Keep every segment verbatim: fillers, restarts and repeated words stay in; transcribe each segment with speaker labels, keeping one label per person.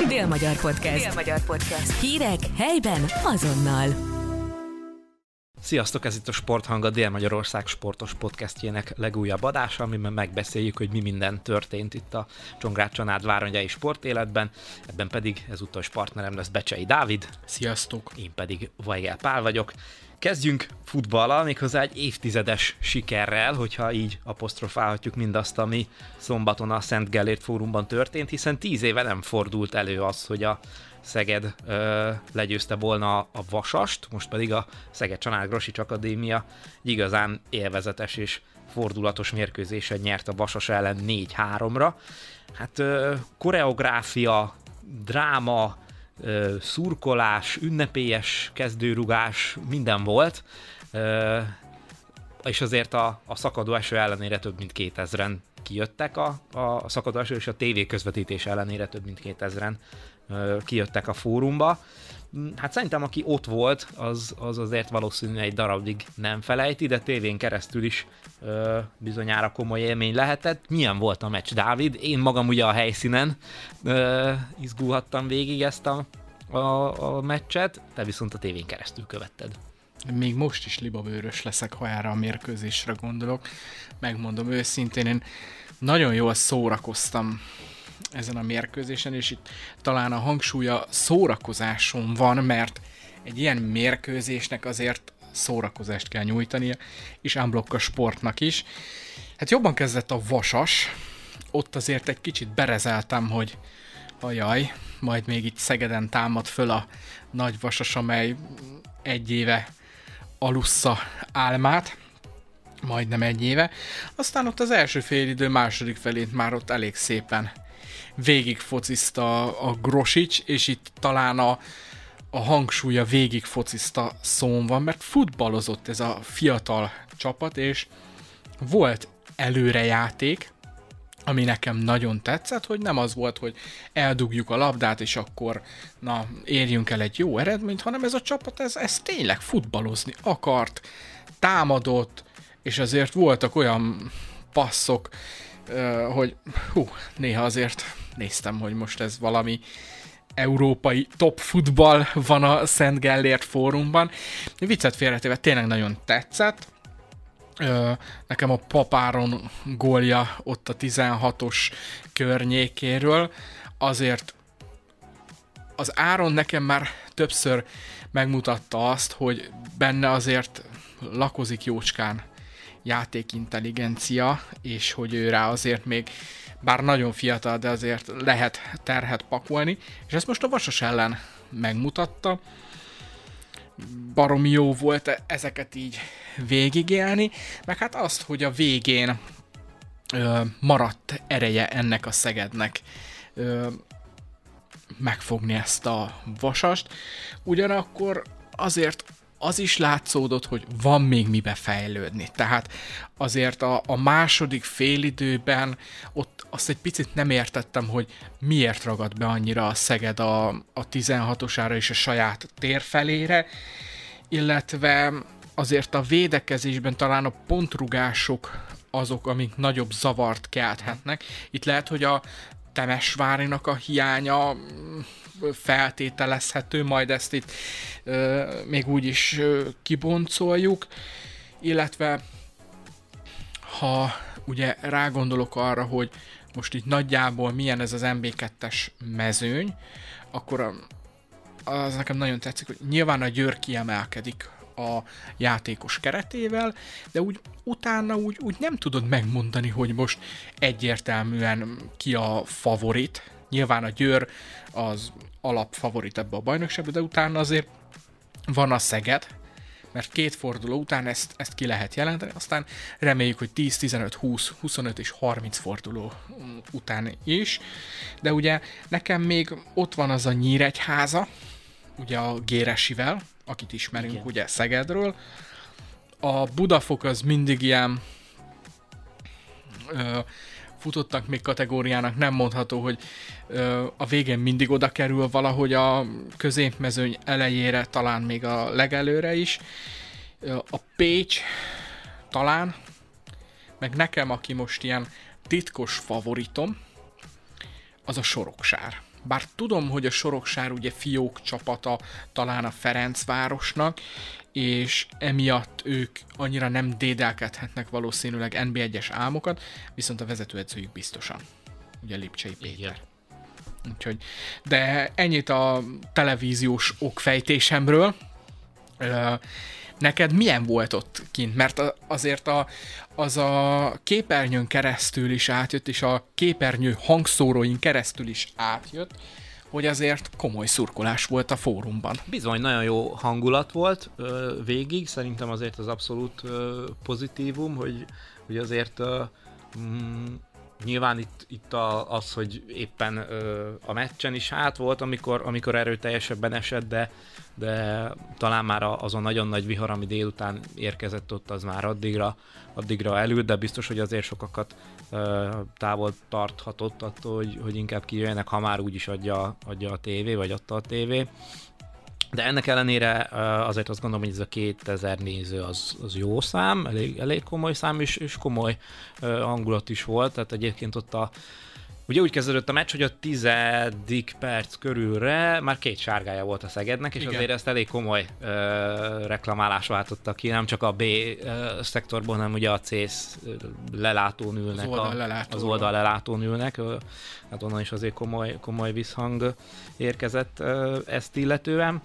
Speaker 1: Dél-Magyar Podcast. Dél-Magyar Podcast. Hírek helyben azonnal.
Speaker 2: Sziasztok, ez itt a Sporthang, a Dél-Magyarország sportos podcastjének legújabb adása, amiben megbeszéljük, hogy mi minden történt itt a Csongrád-Csanád vármegyei sportéletben. Ebben pedig ezúttal is partnerem lesz Becsei Dávid.
Speaker 3: Sziasztok!
Speaker 2: Én pedig Weigel Pál vagyok. Kezdjünk futballal, méghozzá egy évtizedes sikerrel, hogyha így apostrofálhatjuk mindazt, ami szombaton a Szent Gellért Fórumban történt, hiszen tíz éve nem fordult elő az, hogy a Szeged ö, legyőzte volna a Vasast, most pedig a Szeged-Csanád Grosics Akadémia egy igazán élvezetes és fordulatos mérkőzésen nyert a Vasas ellen négy háromra. Hát ö, koreográfia, dráma, ö, szurkolás, ünnepélyes kezdőrugás, minden volt, ö, és azért a, a szakadó eső ellenére több mint kétezren kijöttek a, a szakadó eső, és a tévé közvetítés ellenére több mint kétezren kijöttek a fórumba. Hát szerintem aki ott volt, az, az azért valószínűleg egy darabig nem felejti, de tévén keresztül is ö, bizonyára komoly élmény lehetett. Milyen volt a meccs, Dávid? Én magam ugye a helyszínen ö, izgulhattam végig ezt a, a, a meccset, te viszont a tévén keresztül követted.
Speaker 3: Még most is libabőrös leszek, ha erre a mérkőzésre gondolok. Megmondom őszintén, én nagyon jól szórakoztam ezen a mérkőzésen, és itt talán a hangsúly a szórakozáson van, mert egy ilyen mérkőzésnek azért szórakozást kell nyújtania, és unblock a sportnak is. Hát jobban kezdett a Vasas, ott azért egy kicsit berezeltem, hogy ajaj, majd még itt Szegeden támad föl a nagy Vasas, amely egy éve alussza álmát, majdnem egy éve. Aztán ott az első félidő második felét már ott elég szépen végig focizta a Grosics, és itt talán a, a hangsúlya végig focizta szón van, mert futballozott ez a fiatal csapat, és volt előrejáték, ami nekem nagyon tetszett, hogy nem az volt, hogy eldugjuk a labdát, és akkor na, érjünk el egy jó eredményt, hanem ez a csapat, ez, ez tényleg futballozni akart, támadott, és azért voltak olyan passzok, hogy hú, néha azért néztem, hogy most ez valami európai top futball van a Szent Gellért Fórumban. Viccet félretéve tényleg nagyon tetszett. Nekem a Papáron gólja ott a tizenhatos környékéről, azért az Áron nekem már többször megmutatta azt, hogy benne azért lakozik jócskán játékintelligencia, és hogy ő rá azért még, bár nagyon fiatal, de azért lehet terhet pakolni, és ezt most a Vasas ellen megmutatta. Baromi jó volt ezeket így végigélni, meg hát azt, hogy a végén ö, maradt ereje ennek a Szegednek ö, megfogni ezt a Vasast. Ugyanakkor azért az is látszódott, hogy van még mibe fejlődni. Tehát azért a, a második félidőben ott azt egy picit nem értettem, hogy miért ragad be annyira a Szeged a, a tizenhatosára és a saját térfelére, illetve azért a védekezésben talán a pontrugások azok, amik nagyobb zavart kelthetnek. Itt lehet, hogy a Temesvárinak a hiánya feltételezhető, majd ezt itt ö, még úgy is ö, kiboncoljuk, illetve ha ugye rágondolok arra, hogy most itt nagyjából milyen ez az em bé kettes mezőny, akkor a, az nekem nagyon tetszik, hogy nyilván a Győr kiemelkedik a játékos keretével, de úgy utána úgy, úgy nem tudod megmondani, hogy most egyértelműen ki a favorit. Nyilván a Győr az alapfavorit ebbe a bajnokságba, de utána azért van a Szeged, mert két forduló után ezt, ezt ki lehet jelenteni, aztán reméljük, hogy tíz, tizenöt, húsz, huszonöt és harminc forduló után is, de ugye nekem még ott van az a Nyíregyháza, ugye a Géresivel, akit ismerünk. Igen. Ugye Szegedről. A Budafok az mindig ilyen ö, futottak még kategóriának, nem mondható, hogy ö, a végén mindig oda kerül valahogy a középmezőny elejére, talán még a legelőre is. Ö, a Pécs talán, meg nekem, aki most ilyen titkos favoritom, az a Soroksár. Bár tudom, hogy a Soroksár ugye fiók csapata talán a Ferencvárosnak, és emiatt ők annyira nem dédelkedhetnek valószínűleg en bé egyes álmokat, viszont a vezetőedzőjük biztosan. Ugye Lipcsei Péter. Igen. Úgyhogy, de ennyit a televíziós okfejtésemről. Neked milyen volt ott kint? Mert azért a, az a képernyőn keresztül is átjött, és a képernyő hangszóróin keresztül is átjött, hogy azért komoly szurkolás volt a fórumban.
Speaker 2: Bizony, nagyon jó hangulat volt végig, szerintem azért az abszolút pozitívum, hogy, hogy azért mm, nyilván itt, itt a, az, hogy éppen a meccsen is át volt, amikor, amikor erőteljesebben esett, de, de talán már az a nagyon nagy vihar, ami délután érkezett ott, az már addigra, addigra elült, de biztos, hogy azért sokakat távol tarthatott attól, hogy, hogy inkább kijöjjenek, ha már úgyis adja, adja a tévé, vagy adta a tévé. De ennek ellenére azért azt gondolom, hogy ez a kétezer néző az, az jó szám, elég, elég komoly szám, és, és komoly hangulat is volt, tehát egyébként ott a ugye úgy kezdődött a meccs, hogy a tizedik perc körülre már két sárgája volt a Szegednek, és igen, azért ezt elég komoly ö, reklamálás váltotta ki, nem csak a B ö, szektorból, hanem ugye a C lelátón ülnek,
Speaker 3: az oldal,
Speaker 2: a, az oldal lelátón ülnek, ö, hát onnan is azért komoly, komoly visszhang érkezett ö, ezt illetően.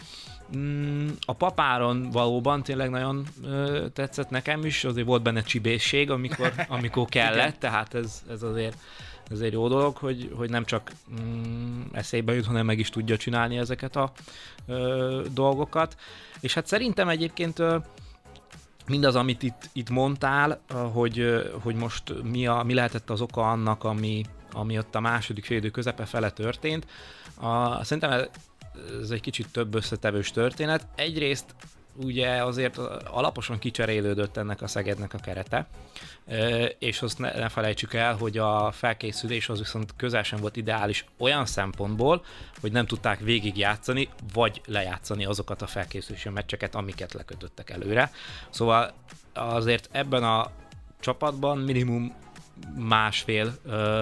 Speaker 2: A papáron valóban tényleg nagyon ö, tetszett nekem is, azért volt benne csibészség, amikor, amikor kellett, tehát ez, ez azért Ez egy jó dolog, hogy, hogy nem csak mm, eszébe jut, hanem meg is tudja csinálni ezeket a ö, dolgokat. És hát szerintem egyébként ö, mindaz, amit itt, itt mondtál, ö, hogy, ö, hogy most mi, a, mi lehetett az oka annak, ami, ami ott a második félidő közepe fele történt. A, szerintem ez, ez egy kicsit több összetevős történet. Egyrészt ugye azért alaposan kicserélődött ennek a Szegednek a kerete, és azt ne, ne felejtsük el, hogy a felkészülés az viszont közel sem volt ideális olyan szempontból, hogy nem tudták végigjátszani, vagy lejátszani azokat a felkészülési meccseket, amiket lekötöttek előre. Szóval azért ebben a csapatban minimum másfél,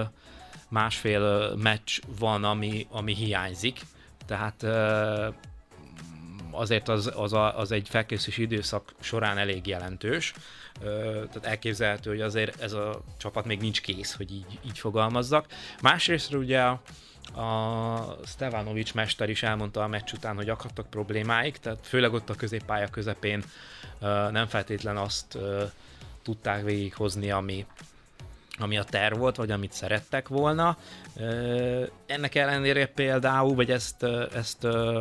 Speaker 2: másfél meccs van, ami, ami hiányzik, tehát azért az, az, a, az egy felkészülési időszak során elég jelentős. Tehát elképzelhető, hogy azért ez a csapat még nincs kész, hogy így, így fogalmazzak. Másrészt ugye a, a Stevanovics mester is elmondta a meccs után, hogy akadtak problémáik, tehát főleg ott a középpálya közepén nem feltétlen azt tudták végighozni, ami, ami a terv volt, vagy amit szerettek volna. Ennek ellenére például, vagy ezt, ezt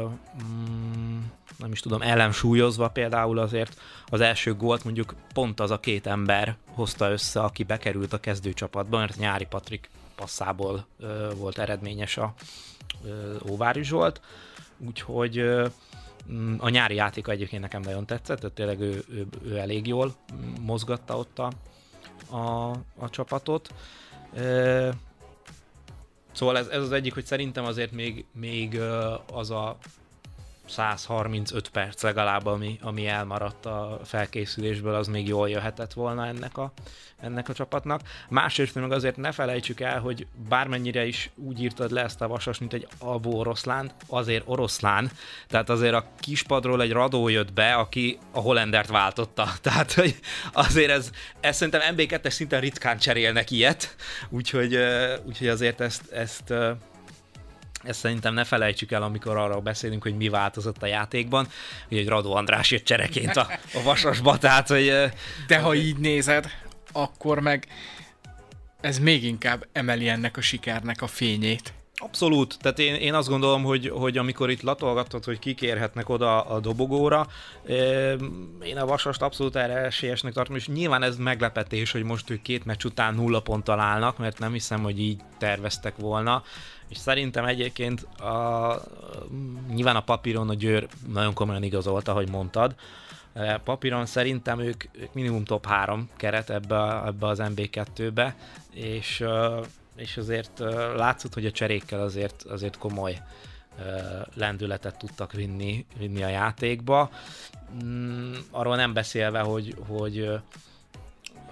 Speaker 2: mm, nem is tudom, ellensúlyozva például azért az első gólt mondjuk pont az a két ember hozta össze, aki bekerült a kezdőcsapatba, mert Nyári Patrik passzából ö, volt eredményes a ö, Óvári Zsolt, úgyhogy ö, a nyári játéka egyébként nekem nagyon tetszett, tehát tényleg ő, ő, ő elég jól mozgatta ott a, a, a csapatot. Ö, szóval ez, ez az egyik, hogy szerintem azért még, még az a száz harmincöt perc legalább, ami, ami elmaradt a felkészülésből, az még jól jöhetett volna ennek a, ennek a csapatnak. Másrészt meg azért ne felejtsük el, hogy bármennyire is úgy írtad le ezt a Vasas, mint egy alvó oroszlán, azért oroszlán, tehát azért a kispadról egy Radó jött be, aki a Hollendert váltotta. Tehát hogy azért ez, ez szerintem en bé kettes szinten ritkán cserélnek ilyet, úgyhogy, úgyhogy azért ezt, ezt Ezt szerintem ne felejtsük el, amikor arról beszélünk, hogy mi változott a játékban, hogy Radó András jött csereként a, a Vasasba, tehát, hogy...
Speaker 3: De ha így nézed, akkor meg ez még inkább emeli ennek a sikernek a fényét.
Speaker 2: Abszolút, tehát én, én azt gondolom, hogy, hogy amikor itt latolgatod, hogy kik érhetnek oda a dobogóra, én a Vasast abszolút erre esélyesnek tartom, és nyilván ez meglepetés, hogy most ők két meccs után nulla ponttal állnak, mert nem hiszem, hogy így terveztek volna, és szerintem egyébként a, nyilván a papíron a Győr nagyon komolyan igazolta, ahogy mondtad. Papíron szerintem ők, ők minimum top három keret ebbe, ebbe az en bé kettőbe, és, és azért látszott, hogy a cserékkel azért, azért komoly lendületet tudtak vinni, vinni a játékba. Arról nem beszélve, hogy, hogy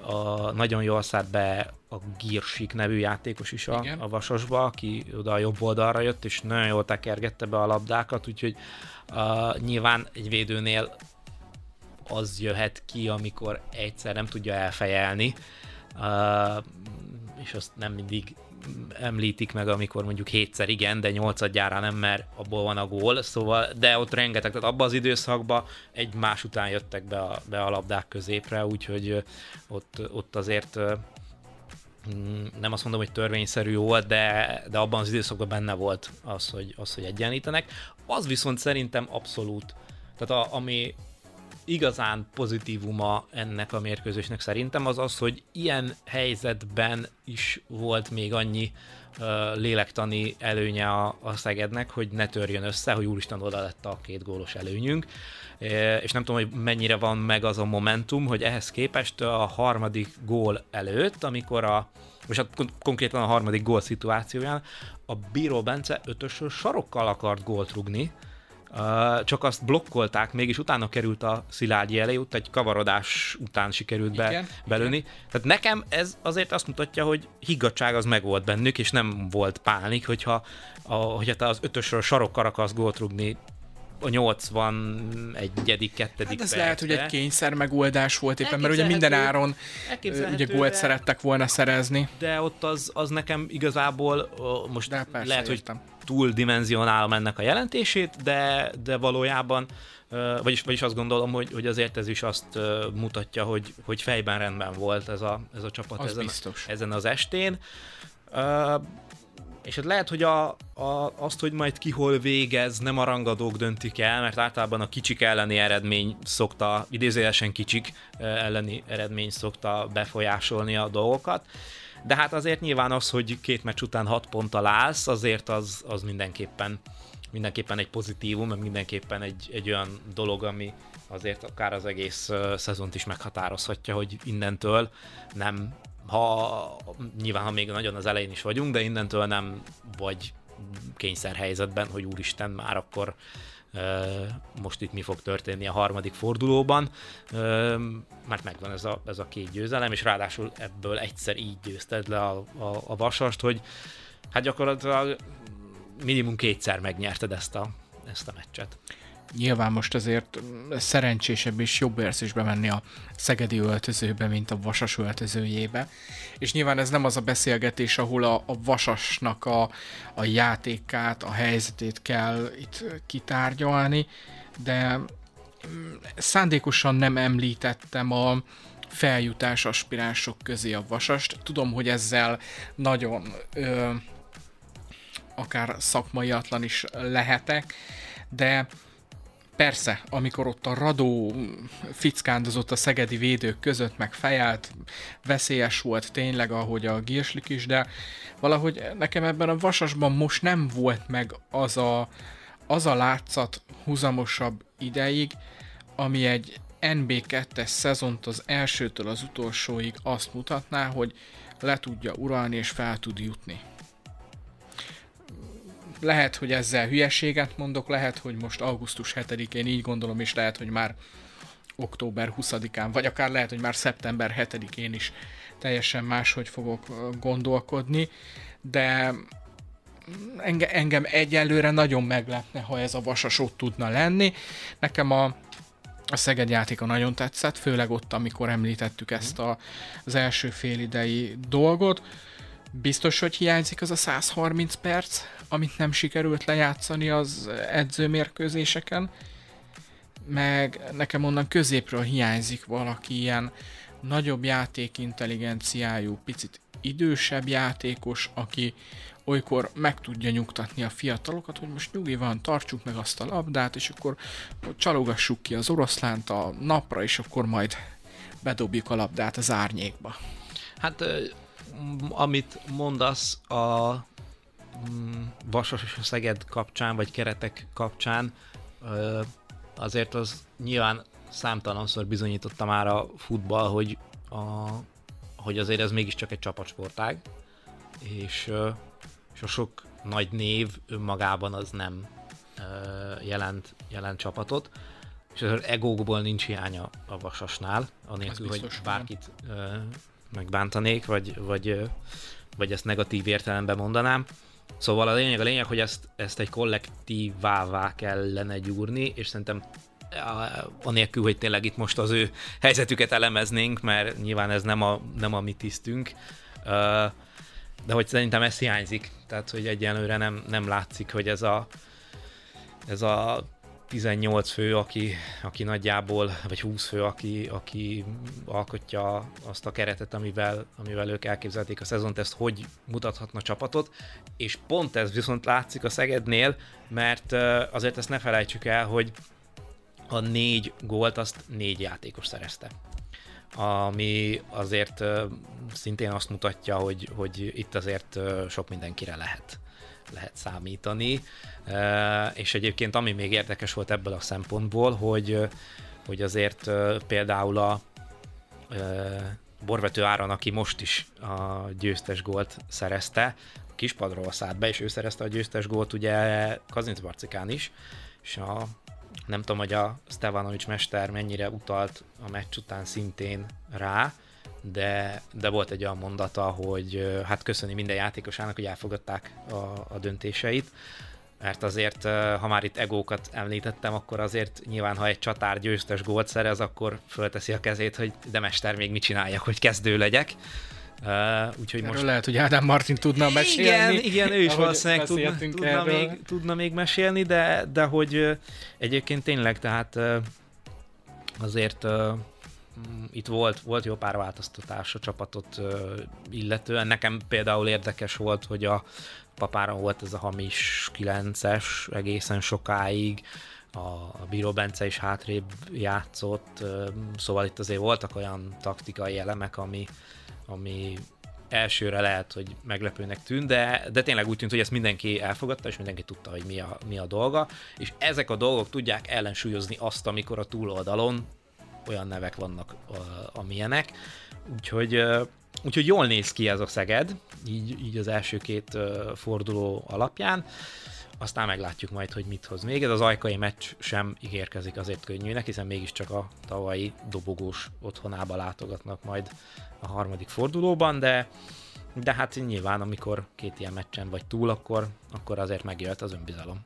Speaker 2: a, nagyon jól szállt be a Girsik nevű játékos is a, a Vasasba, aki oda a jobb oldalra jött, és nagyon jól tekergette be a labdákat, úgyhogy uh, nyilván egy védőnél az jöhet ki, amikor egyszer nem tudja elfejelni, uh, és azt nem mindig említik meg, amikor mondjuk hétszer igen, de nyolcadjára nem, mert abból van a gól, szóval, de ott rengeteg, tehát abban az időszakban egymás után jöttek be a, be a labdák középre, úgyhogy ott, ott azért nem azt mondom, hogy törvényszerű volt, de, de abban az időszakban benne volt az, hogy, az, hogy egyenlítenek. Az viszont szerintem abszolút, tehát a, ami igazán pozitívuma ennek a mérkőzésnek szerintem az az, hogy ilyen helyzetben is volt még annyi uh, lélektani előnye a, a Szegednek, hogy ne törjön össze, hogy úristen oda lett a két gólos előnyünk, e, és nem tudom, hogy mennyire van meg az a momentum, hogy ehhez képest a harmadik gól előtt, amikor a, most hát konkrétan a harmadik gól szituációján a Bíró Bence ötösről sarokkal akart gólt rugni, Uh, csak azt blokkolták, mégis utána került a Szilágyi elé, ott egy kavarodás után sikerült be, igen, belőni. Igen. Tehát nekem ez azért azt mutatja, hogy higgadtság az megvolt bennük, és nem volt pánik, hogyha, a, hogyha te az ötösről sarokkal akarsz gólt rugni a nyolcvanegyedik, kettedik
Speaker 3: Hát ez
Speaker 2: percre.
Speaker 3: lehet, hogy egy kényszer megoldás volt éppen, mert ugye minden áron ugye gólt de, szerettek volna szerezni.
Speaker 2: De ott az, az nekem igazából most
Speaker 3: de persze,
Speaker 2: lehet,
Speaker 3: értem.
Speaker 2: hogy túldimenzionálom ennek a jelentését, de, de valójában, vagyis, vagyis azt gondolom, hogy, hogy azért ez is azt mutatja, hogy, hogy fejben rendben volt ez a, ez a csapat
Speaker 3: az
Speaker 2: ezen,
Speaker 3: biztos.
Speaker 2: ezen az estén. És hát lehet, hogy a, a, azt, hogy majd ki hol végez, nem a rangadók döntik el, mert általában a kicsik elleni eredmény szokta, idézőjelesen kicsik elleni eredmény szokta befolyásolni a dolgokat. De hát azért nyilván az, hogy két meccs után hat ponttal állsz, azért az, az mindenképpen, mindenképpen egy pozitívum, meg mindenképpen egy, egy olyan dolog, ami azért akár az egész uh, szezont is meghatározhatja, hogy innentől nem, ha nyilván, ha még nagyon az elején is vagyunk, de innentől nem vagy kényszerhelyzetben, hogy úristen, már akkor Uh, most itt mi fog történni a harmadik fordulóban, uh, mert megvan ez a, ez a két győzelem, és ráadásul ebből egyszer így győzted le a, a, a Vasast, hogy hát gyakorlatilag minimum kétszer megnyerted ezt a, ezt a meccset.
Speaker 3: Nyilván most azért szerencsésebb és jobb érzésbe menni a szegedi öltözőbe, mint a Vasas öltözőjébe. És nyilván ez nem az a beszélgetés, ahol a, a Vasasnak a, a játékát, a helyzetét kell itt kitárgyalni, de szándékosan nem említettem a feljutás aspiránsok közé a Vasast. Tudom, hogy ezzel nagyon ö, akár szakmaiatlan is lehetek, de persze, amikor ott a Radó fickándozott a szegedi védők között, meg fejelt, veszélyes volt tényleg, ahogy a Girslik is, de valahogy nekem ebben a Vasasban most nem volt meg az a, az a látszat húzamosabb ideig, ami egy en bé kettes szezont az elsőtől az utolsóig azt mutatná, hogy le tudja uralni és fel tud jutni. Lehet, hogy ezzel hülyeséget mondok, lehet, hogy most augusztus hetedikén így gondolom, és lehet, hogy már október huszadikán, vagy akár lehet, hogy már szeptember hetedikén is teljesen máshogy fogok gondolkodni, de enge, engem egyelőre nagyon meglepne, ha ez a Vasas ott tudna lenni. Nekem a, a Szeged játéka nagyon tetszett, főleg ott, amikor említettük ezt a, az első félidei dolgot. Biztos, hogy hiányzik az a száz harminc perc, amit nem sikerült lejátszani az edzőmérkőzéseken, meg nekem onnan középről hiányzik valaki ilyen nagyobb játékintelligenciájú, picit idősebb játékos, aki olykor meg tudja nyugtatni a fiatalokat, hogy most nyugi van, tartsuk meg azt a labdát, és akkor csalogassuk ki az oroszlánt a napra, és akkor majd bedobjuk a labdát az árnyékba.
Speaker 2: Hát amit mondasz a Vasas és a Szeged kapcsán, vagy keretek kapcsán, azért az nyilván számtalanszor bizonyította már a futball, hogy, a, hogy azért ez mégiscsak egy csapatsportág, és, és a sok nagy név önmagában az nem jelent, jelent csapatot. és az egókból nincs hiánya a Vasasnál, anélkül, hogy bárkit ö, megbántanék, vagy, vagy, ö, vagy ezt negatív értelemben mondanám. Szóval a lényeg a lényeg, hogy ezt, ezt egy kollektívává kellene gyúrni, és szerintem anélkül, hogy tényleg itt most az ő helyzetüket elemeznénk, mert nyilván ez nem a, nem a mi tisztünk, de hogy szerintem ez hiányzik, tehát hogy egyenlőre nem, nem látszik, hogy ez a, ez a tizennyolc fő, aki, aki nagyjából, vagy húsz fő, aki, aki alkotja azt a keretet, amivel, amivel ők elképzelték a szezont, ezt hogy mutathatna csapatot, és pont ez viszont látszik a Szegednél, mert azért ezt ne felejtsük el, hogy a négy gólt azt négy játékos szerezte. Ami azért uh, szintén azt mutatja, hogy, hogy itt azért uh, sok mindenkire lehet, lehet számítani. Uh, és egyébként ami még érdekes volt ebből a szempontból, hogy, uh, hogy azért uh, például a uh, Borvető Áron, aki most is a győztes gólt szerezte, a kispadról szállt be, és ő szerezte a győztes gólt ugye Kazincbarcikán is, és a nem tudom, hogy a Stevanovics mester mennyire utalt a meccs után szintén rá, de, de volt egy olyan mondata, hogy hát köszöni minden játékosának, hogy elfogadták a, a döntéseit, mert azért, ha már itt egókat említettem, akkor azért nyilván, ha egy csatár győztes gólt szerez, akkor fölteszi a kezét, hogy de mester, még mit csináljak, hogy kezdő legyek. Uh, úgyhogy most...
Speaker 3: lehet, hogy Ádám Martin tudna mesélni.
Speaker 2: Igen, igen, ő is valószínűleg tudna, tudna, még, tudna még mesélni, de, de hogy uh, egyébként tényleg, tehát uh, azért uh, itt volt, volt jó pár változtatás a csapatot uh, illetően. Nekem például érdekes volt, hogy a Papáron volt ez a hamis kilences egészen sokáig, a, a Bíró Bence is hátrébb játszott, uh, szóval itt azért voltak olyan taktikai elemek, ami ami elsőre lehet, hogy meglepőnek tűnt, de, de tényleg úgy tűnt, hogy ezt mindenki elfogadta, és mindenki tudta, hogy mi a, mi a dolga, és ezek a dolgok tudják ellensúlyozni azt, amikor a túloldalon olyan nevek vannak, amilyenek. Úgyhogy, úgyhogy jól néz ki ez a Szeged, így, így az első két forduló alapján. Aztán meglátjuk majd, hogy mit hoz még. Ez az ajkai meccs sem ígérkezik azért könnyűnek, hiszen mégiscsak a tavalyi dobogós otthonába látogatnak majd a harmadik fordulóban, de, de hát nyilván, amikor két ilyen meccsen vagy túl, akkor, akkor azért megjöhet az önbizalom.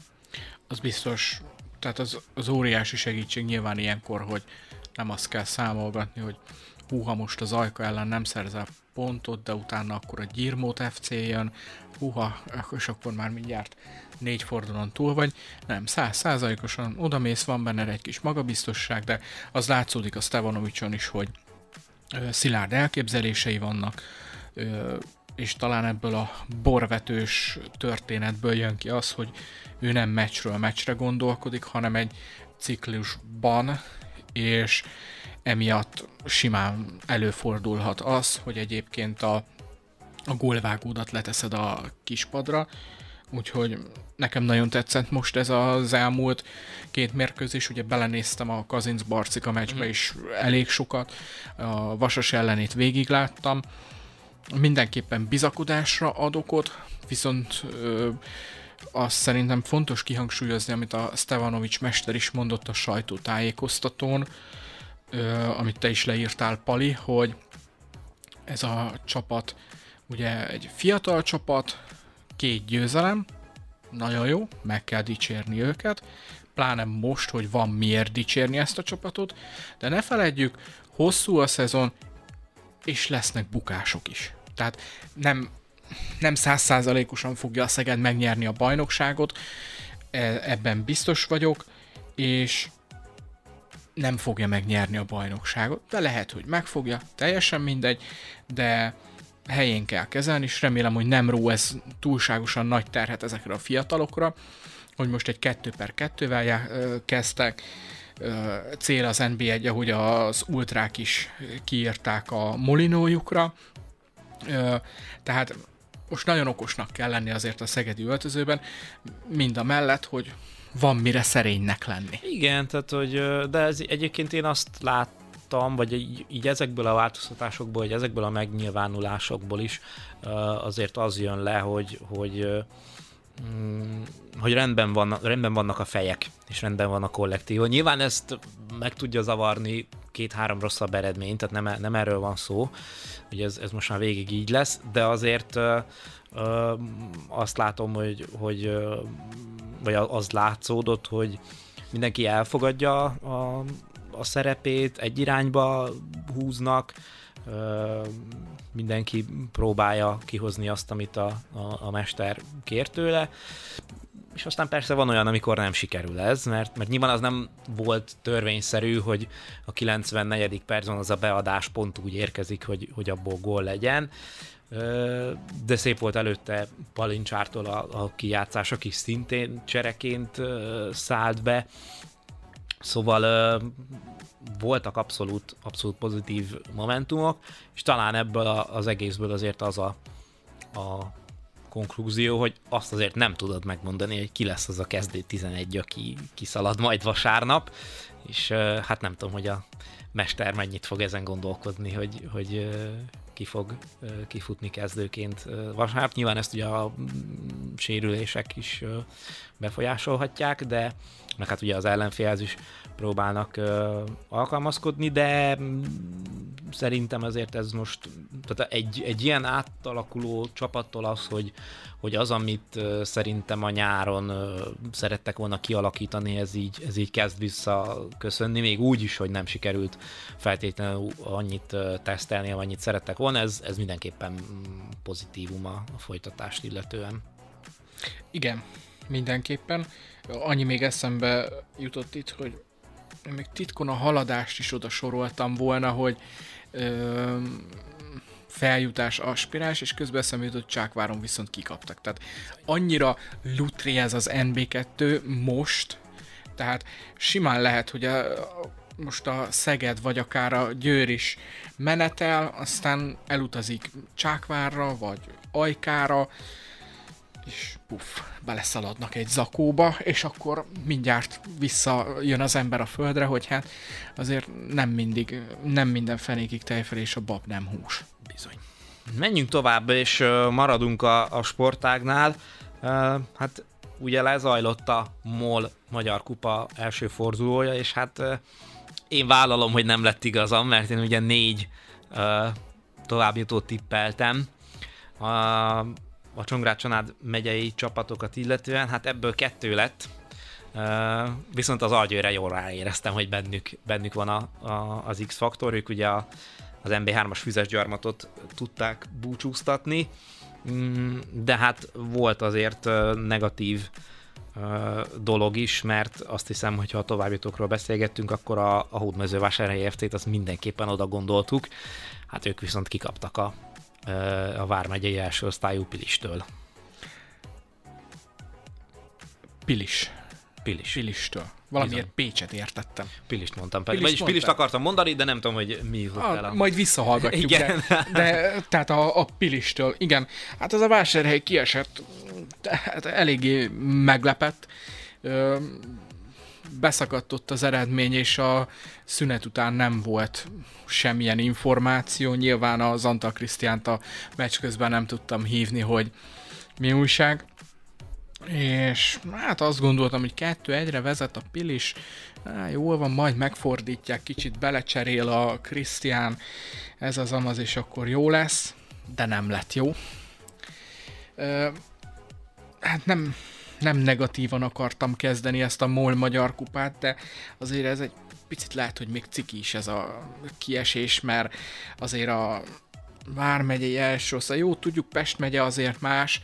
Speaker 3: Az biztos, tehát az, az óriási segítség nyilván ilyenkor, hogy nem azt kell számolgatni, hogy húha, most az Ajka ellen nem szerzel pontot, de utána akkor a Gyirmót ef cé jön, húha, és akkor már mindjárt négy fordulón túl vagy. Nem, száz százalékosan odamész, van benne egy kis magabiztosság, de az látszódik a Stevanovicson is, hogy ö, szilárd elképzelései vannak, ö, és talán ebből a borvetős történetből jön ki az, hogy ő nem meccsről meccsre gondolkodik, hanem egy ciklusban, és emiatt simán előfordulhat az, hogy egyébként a, a gólvágódat leteszed a kispadra, úgyhogy nekem nagyon tetszett most ez az elmúlt két mérkőzés, ugye belenéztem a Kazincbarcika meccsbe mm. is elég sokat, a Vasas ellenét végigláttam, mindenképpen bizakodásra ad okot, viszont ö, azt szerintem fontos kihangsúlyozni, amit a Stevanovics mester is mondott a sajtótájékoztatón, ö, amit te is leírtál, Pali, hogy ez a csapat ugye egy fiatal csapat, két győzelem, nagyon jó, meg kell dicsérni őket, pláne most, hogy van miért dicsérni ezt a csapatot, de ne feledjük, hosszú a szezon, és lesznek bukások is. Tehát nem, nem száz százalékosan fogja a Szeged megnyerni a bajnokságot, ebben biztos vagyok, és nem fogja megnyerni a bajnokságot, de lehet, hogy megfogja, teljesen mindegy, de helyén kell kezelni, és remélem, hogy nem ró ez túlságosan nagy terhet ezekre a fiatalokra, hogy most egy kettő per kettővel já- kezdtek, cél az en bé egy, ahogy az ultrák is kiírták a molinójukra, tehát most nagyon okosnak kell lenni azért a szegedi öltözőben, mind a mellett, hogy van mire szerénynek lenni.
Speaker 2: Igen, tehát, hogy, de ez, egyébként én azt láttam, vagy így, így ezekből a változtatásokból, vagy ezekből a megnyilvánulásokból is azért az jön le, hogy, hogy ha hogy rendben, van, rendben vannak a fejek, és rendben van a kollektív. Nyilván ezt meg tudja zavarni két-három rosszabb eredmény, tehát nem, nem erről van szó, hogy ez, ez most már végig így lesz, de azért ö, ö, azt látom, hogy, hogy ö, vagy az látszódott, hogy mindenki elfogadja a, a szerepét, egy irányba húznak, ö, mindenki próbálja kihozni azt, amit a, a, a mester kér tőle, és aztán persze van olyan, amikor nem sikerül ez, mert, mert nyilván az nem volt törvényszerű, hogy a kilencvennegyedik percben az a beadás pont úgy érkezik, hogy, hogy abból gól legyen, de szép volt előtte Palincsártól a, a kijátszás, aki szintén csereként szállt be, szóval voltak abszolút, abszolút pozitív momentumok, és talán ebből az egészből azért az a, a konklúzió, hogy azt azért nem tudod megmondani, hogy ki lesz az a kezdő tizenegy, aki kiszalad majd vasárnap, és hát nem tudom, hogy a mester mennyit fog ezen gondolkodni, hogy, hogy ki fog kifutni kezdőként vasárnap. Nyilván ezt ugye a sérülések is befolyásolhatják, de meg hát ugye az ellenfélhez is próbálnak alkalmazkodni, de szerintem azért ez most, tehát egy, egy ilyen átalakuló csapattól az, hogy, hogy az, amit szerintem a nyáron szerettek volna kialakítani, ez így, ez így kezd visszaköszönni, még úgy is, hogy nem sikerült feltétlenül annyit tesztelni, amennyit szerettek volna, ez, ez mindenképpen pozitívum a, a folytatást illetően.
Speaker 3: Igen, mindenképpen. Annyi még eszembe jutott itt, hogy még titkon a haladást is oda soroltam volna, hogy ö, feljutás aspiráns, és közben eszembe jutott, Csákváron viszont kikaptak. Tehát annyira lutri ez az en bé kettő most, tehát simán lehet, hogy a, most a Szeged vagy akár a Győr is menetel, aztán elutazik Csákvárra vagy Ajkára, és puff, beleszaladnak egy zakóba, és akkor mindjárt visszajön az ember a földre, hogy hát azért nem mindig, nem minden fenékig tejfel, és a bab nem hús.
Speaker 2: Bizony. Menjünk tovább, és maradunk a, a sportágnál. Hát ugye lezajlott a MOL Magyar Kupa első fordulója, és hát én vállalom, hogy nem lett igazam, mert én ugye négy továbbjutót tippeltem. A a Csongrád-Csanád megyei csapatokat illetően, hát ebből kettő lett, uh, viszont az Algyőrre jól ráéreztem, hogy bennük, bennük van a, a, az X-faktor, ők ugye a, az em bé hármas füzes gyarmatot tudták búcsúztatni, mm, de hát volt azért uh, negatív uh, dolog is, mert azt hiszem, hogyha a továbbjutókról beszélgettünk, akkor a, a Hódmezővásárhelyi ef cét azt mindenképpen oda gondoltuk, hát ők viszont kikaptak a a vármegyei első osztályú Pilistől.
Speaker 3: Pilis.
Speaker 2: Pilis.
Speaker 3: Pilistől. Valamiért Bizony. Pécset értettem.
Speaker 2: Pilist mondtam. Pilist Vagyis mondtál. Pilist akartam mondani, de nem tudom, hogy mi jutott el. A...
Speaker 3: Majd visszahallgatjuk. Igen. De, de tehát a, a Pilistől. Igen. Hát az a vásárhely kiesett. Hát eléggé meglepett. Ö, beszakadt ott az eredmény, és a szünet után nem volt semmilyen információ. Nyilván az Antal Krisztiánt a meccs közben nem tudtam hívni, hogy mi újság. És hát azt gondoltam, hogy kettő egyre vezet a Pilis. Á, jól van, majd megfordítják, kicsit belecserél a Krisztián, ez az amaz, és akkor jó lesz. De nem lett jó. Ö, hát nem... Nem negatívan akartam kezdeni ezt a MOL Magyar Kupát, de azért ez egy picit lehet, hogy még ciki is ez a kiesés, mert azért a vármegyei első osztály, jó, tudjuk, Pest megye azért más,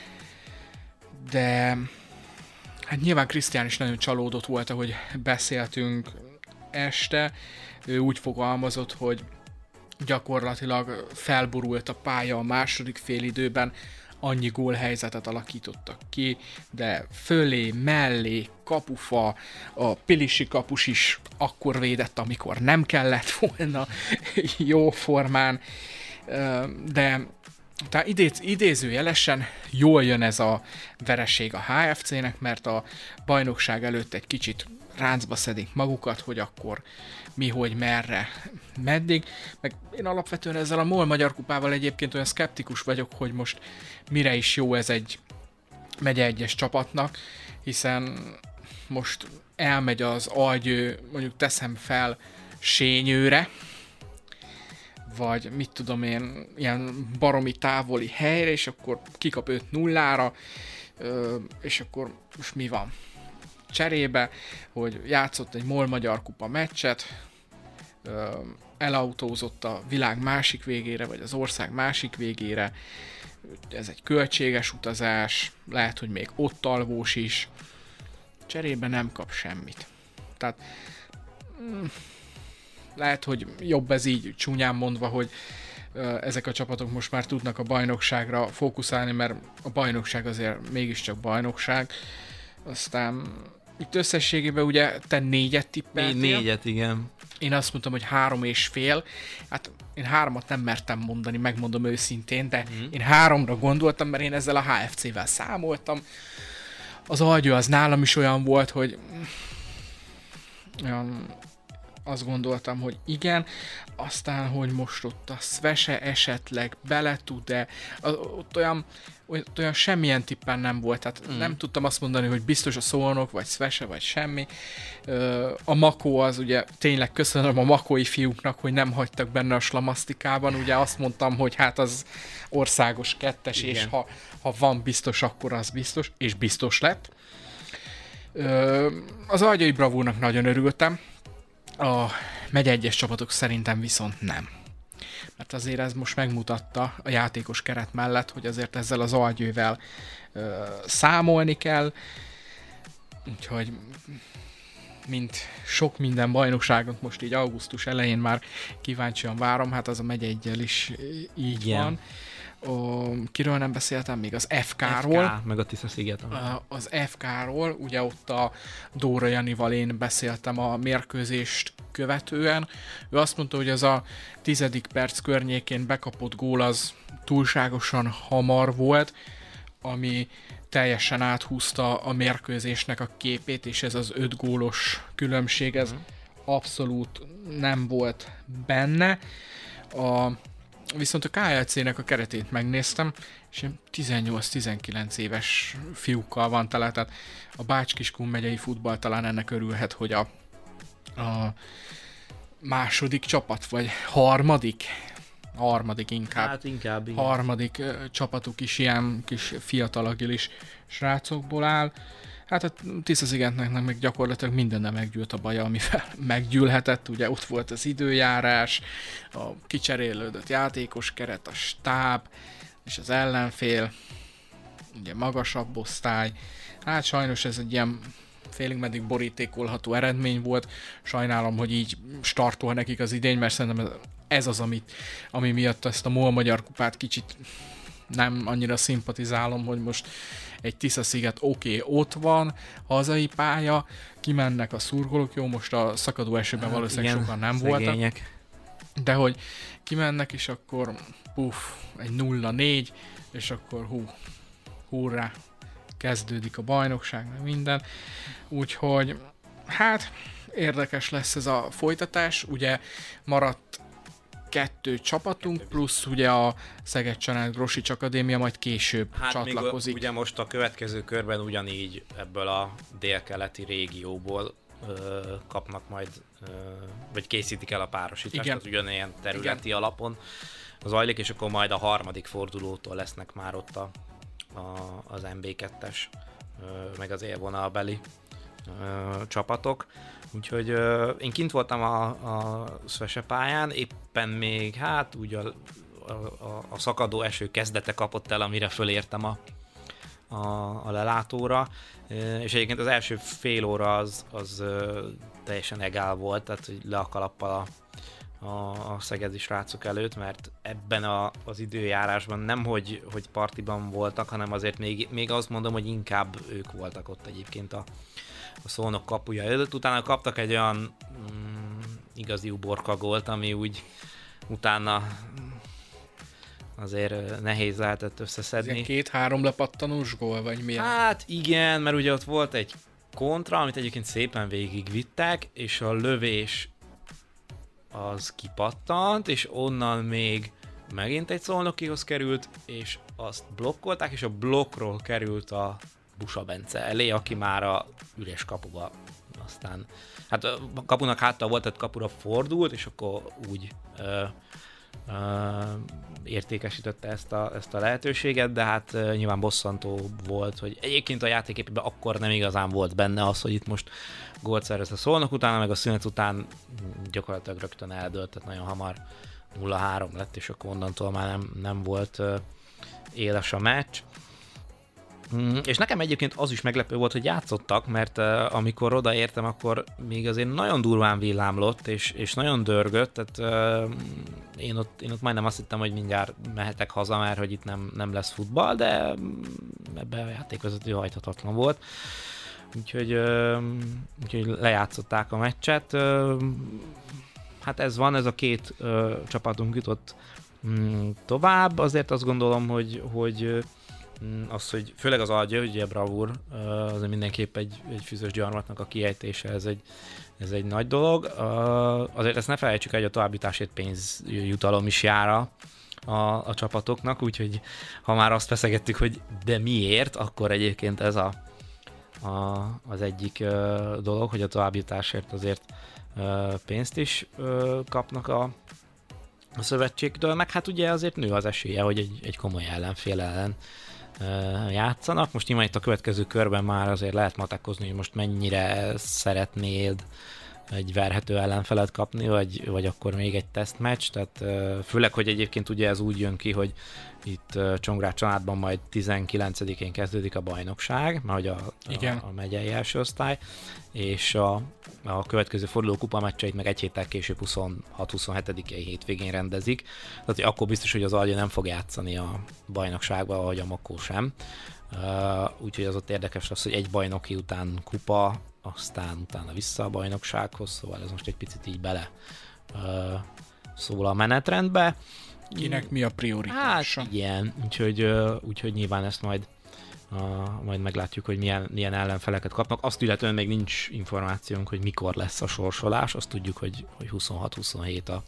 Speaker 3: de hát nyilván Krisztián is nagyon csalódott volt, ahogy beszéltünk este. Ő úgy fogalmazott, hogy gyakorlatilag felborult a pálya a második félidőben, annyi gólhelyzetet alakítottak ki, de fölé, mellé, kapufa, a pilisi kapus is akkor védett, amikor nem kellett volna jó formán, de tehát idéz, idézőjelesen jól jön ez a vereség a há ef cének, mert a bajnokság előtt egy kicsit ráncba szedik magukat, hogy akkor mi, hogy, merre, meddig. Meg én alapvetően ezzel a MOL Magyar Kupával egyébként olyan szkeptikus vagyok, hogy most mire is jó ez egy megye egyes csapatnak, hiszen most elmegy az Algyő, mondjuk teszem fel Sényőre, vagy mit tudom én, ilyen baromi távoli helyre, és akkor kikap öt nullára, és akkor most mi van? Cserébe, hogy játszott egy MOL Magyar Kupa meccset, elautózott a világ másik végére, vagy az ország másik végére, ez egy költséges utazás, lehet, hogy még ott alvós is, cserébe nem kap semmit. Tehát mm, lehet, hogy jobb ez így csúnyán mondva, hogy uh, ezek a csapatok most már tudnak a bajnokságra fókuszálni, mert a bajnokság azért mégiscsak bajnokság. Aztán itt összességében ugye te négyet tippeltél.
Speaker 2: Négyet, igen.
Speaker 3: Én azt mondtam, hogy három és fél. Hát én háromat nem mertem mondani, megmondom őszintén, de mm. én háromra gondoltam, mert én ezzel a há ef cével számoltam. Az Algyő az nálam is olyan volt, hogy olyan, azt gondoltam, hogy igen, aztán, hogy most ott a Svese esetleg bele tud-e, ott olyan, ott olyan semmilyen tippen nem volt, tehát mm. nem tudtam azt mondani, hogy biztos a Szolnok, vagy Svese, vagy semmi. A Makó az ugye, tényleg köszönöm a makói fiúknak, hogy nem hagytak benne a slamasztikában, ugye azt mondtam, hogy hát az országos kettes, igen. És ha, ha van biztos, akkor az biztos, és biztos lett. Az Algyői bravúrnak nagyon örültem, a megye egyes csapatok szerintem viszont nem. Mert azért ez most megmutatta a játékos keret mellett, hogy azért ezzel az Algyővel ö, számolni kell. Úgyhogy mint sok minden bajnokságot most így augusztus elején már kíváncsian várom, hát az a megye egyel is így yeah. van. O, kiről nem beszéltem még? Az ef ká-ról. ef ká,
Speaker 2: meg a Tisza-sziget.
Speaker 3: Az ef ká-ról, ugye ott a Dóra Janival én beszéltem a mérkőzést követően. Ő azt mondta, hogy ez a tizedik perc környékén bekapott gól az túlságosan hamar volt, ami teljesen áthúzta a mérkőzésnek a képét, és ez az öt gólos különbség, ez mm. abszolút nem volt benne. A Viszont a ká el cé-nek a keretét megnéztem, és tizennyolc-tizenkilenc éves fiúkkal van tele, tehát a Bács-Kiskun megyei futball talán ennek örülhet, hogy a, a második csapat, vagy harmadik, harmadik inkább,
Speaker 2: hát inkább igen.
Speaker 3: harmadik uh, csapatuk is ilyen kis fiatal agilis srácokból áll. Hát a Tisza-szigetnek meg gyakorlatilag mindennel meggyűlt a baja, amivel meggyűlhetett. Ugye ott volt az időjárás, a kicserélődött játékos keret, a stáb és az ellenfél, ugye magasabb osztály. Hát sajnos ez egy ilyen félig meddig borítékolható eredmény volt. Sajnálom, hogy így startol nekik az idény, mert szerintem ez az, amit, ami miatt ezt a MOL Magyar Kupát kicsit nem annyira szimpatizálom, hogy most egy Tisza-sziget oké, okay, ott van, hazai pálya, kimennek a szurkolók, jó, most a szakadó esőben hát valószínűleg igen, sokan nem szegények. voltak, de hogy kimennek, és akkor puff, egy nulla négy, és akkor hú, hurrá, kezdődik a bajnokság, meg minden, úgyhogy hát érdekes lesz ez a folytatás, ugye maradt kettő csapatunk, plusz ugye a Szeged-Csanád Grosics Akadémia majd később hát csatlakozik.
Speaker 2: Még ugye most a következő körben ugyanígy ebből a délkeleti régióból ö, kapnak majd, ö, vagy készítik el a párosítást, tehát ugyanilyen területi Igen. alapon zajlik, és akkor majd a harmadik fordulótól lesznek már ott a, a, az em bé kettes, ö, meg az élvonalbeli ö, csapatok. Úgyhogy ö, én kint voltam a, a Svese pályán, éppen még hát úgy a, a, a, a szakadó eső kezdete kapott el, amire fölértem a, a, a lelátóra, e, és egyébként az első fél óra az, az ö, teljesen egál volt, tehát hogy le a kalappal a, a, a szegedi srácok előtt, mert ebben a, az időjárásban nem, hogy, hogy partiban voltak, hanem azért még, még azt mondom, hogy inkább ők voltak ott egyébként a a Szolnok kapuja előtt, utána kaptak egy olyan mm, igazi uborka gólt, ami úgy utána azért nehéz lehetett összeszedni.
Speaker 3: Ez két-három lepattanós gól, vagy milyen?
Speaker 2: Hát igen, mert ugye ott volt egy kontra, amit egyébként szépen végigvittek, és a lövés az kipattant, és onnan még megint egy Szolnokihoz került, és azt blokkolták, és a blokkról került a Busa Bence elé, aki már a üres kapuba aztán, hát a kapunak háttal volt, tehát kapura fordult, és akkor úgy ö, ö, értékesítette ezt a, ezt a lehetőséget, de hát ö, nyilván bosszantó volt, hogy egyébként a játéképében akkor nem igazán volt benne az, hogy itt most gólt szerez a Szolnok utána, meg a szünet után gyakorlatilag rögtön eldőlt, tehát nagyon hamar nulla három lett, és akkor onnantól már nem, nem volt ö, éles a meccs. Mm, és nekem egyébként az is meglepő volt, hogy játszottak, mert uh, amikor odaértem, akkor még azért nagyon durván villámlott, és, és nagyon dörgött, tehát uh, én, ott, én ott majdnem azt hittem, hogy mindjárt mehetek haza, mert hogy itt nem, nem lesz futball, de ebben a játékvezető hajthatatlan volt. Úgyhogy, uh, úgyhogy lejátszották a meccset. Uh, hát ez van, ez a két uh, csapatunk jutott mm, tovább, azért azt gondolom, hogy, hogy az, hogy főleg az Algya, ugye Bravúr, az mindenképp egy, egy füzös gyarmatnak a kiejtése, ez egy, ez egy nagy dolog. Azért ezt ne felejtsük el, hogy a továbbjutásért pénzjutalom is jár a, a, a csapatoknak, úgyhogy ha már azt feszegettük, hogy de miért, akkor egyébként ez a, a, az egyik dolog, hogy a továbbjutásért azért pénzt is kapnak a a szövetségtől, meg hát ugye azért nő az esélye, hogy egy, egy komoly ellenfél ellen uh, játszanak. Most nyilván itt a következő körben már azért lehet matekozni, hogy most mennyire szeretnéd egy verhető ellenfelet kapni, vagy, vagy akkor még egy tesztmeccs, tehát uh, főleg, hogy egyébként ugye ez úgy jön ki, hogy itt uh, Csongrád családban majd tizenkilencedikén kezdődik a bajnokság, mert hogy a, a, a megyei első osztály, és a, a következő forduló kupa meccseit meg egy héttel később huszonhat-huszonhetedikei hétvégén rendezik, tehát hogy akkor biztos, hogy az Algya nem fog játszani a bajnokságba, ahogy a Makó sem. Uh, úgyhogy az ott érdekes lesz, hogy egy bajnoki után kupa, aztán utána vissza a bajnoksághoz, szóval ez most egy picit így bele uh, szól a menetrendbe.
Speaker 3: Kinek mi a prioritása?
Speaker 2: Hát ilyen, úgyhogy, uh, úgyhogy nyilván ezt majd Uh, majd meglátjuk, hogy milyen, milyen ellenfeleket kapnak. Azt illetően még nincs információnk, hogy mikor lesz a sorsolás. Azt tudjuk, hogy, hogy huszonhat-huszonhét a,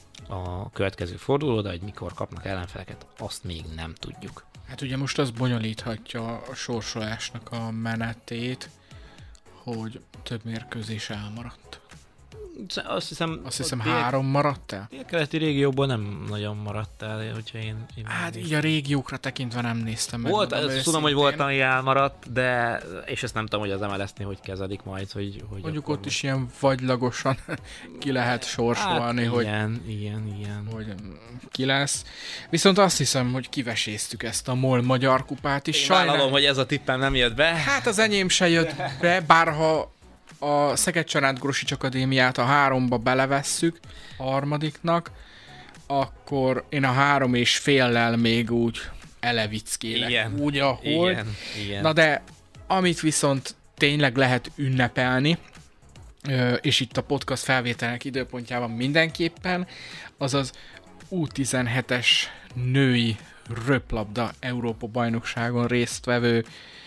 Speaker 2: a következő forduló, de hogy mikor kapnak ellenfeleket, azt még nem tudjuk.
Speaker 3: Hát ugye most az bonyolíthatja a sorsolásnak a menetét, hogy több mérkőzés elmaradt.
Speaker 2: Azt hiszem,
Speaker 3: Azt hiszem három maradt el?
Speaker 2: A keleti régióban nem nagyon maradt el, hogyha én... én
Speaker 3: hát így a régiókra tekintve nem néztem meg.
Speaker 2: Volt, ezt tudom, hogy volt, ami elmaradt, de és ezt nem tudom, hogy az em el es-nél hogy kezelik majd, hogy... hogy
Speaker 3: mondjuk ott is ilyen vagylagosan ki lehet sorsolni,
Speaker 2: hát,
Speaker 3: hogy...
Speaker 2: igen, igen, igen.
Speaker 3: Hogy ki lesz. Viszont azt hiszem, hogy kiveséztük ezt a MOL Magyar Kupát is.
Speaker 2: Én vállalom, hogy ez a tippem nem jött be.
Speaker 3: Hát az enyém se jött be, bárha a Szeged Csanád Grosics Akadémiát a háromba belevesszük, a harmadiknak, akkor én a három és féllel még úgy elevickélek.
Speaker 2: Igen.
Speaker 3: Úgy, ahol.
Speaker 2: Igen, igen.
Speaker 3: Na de amit viszont tényleg lehet ünnepelni, és itt a podcast felvételnek időpontjában mindenképpen, az az U tizenhetes női röplabda Európa bajnokságon résztvevő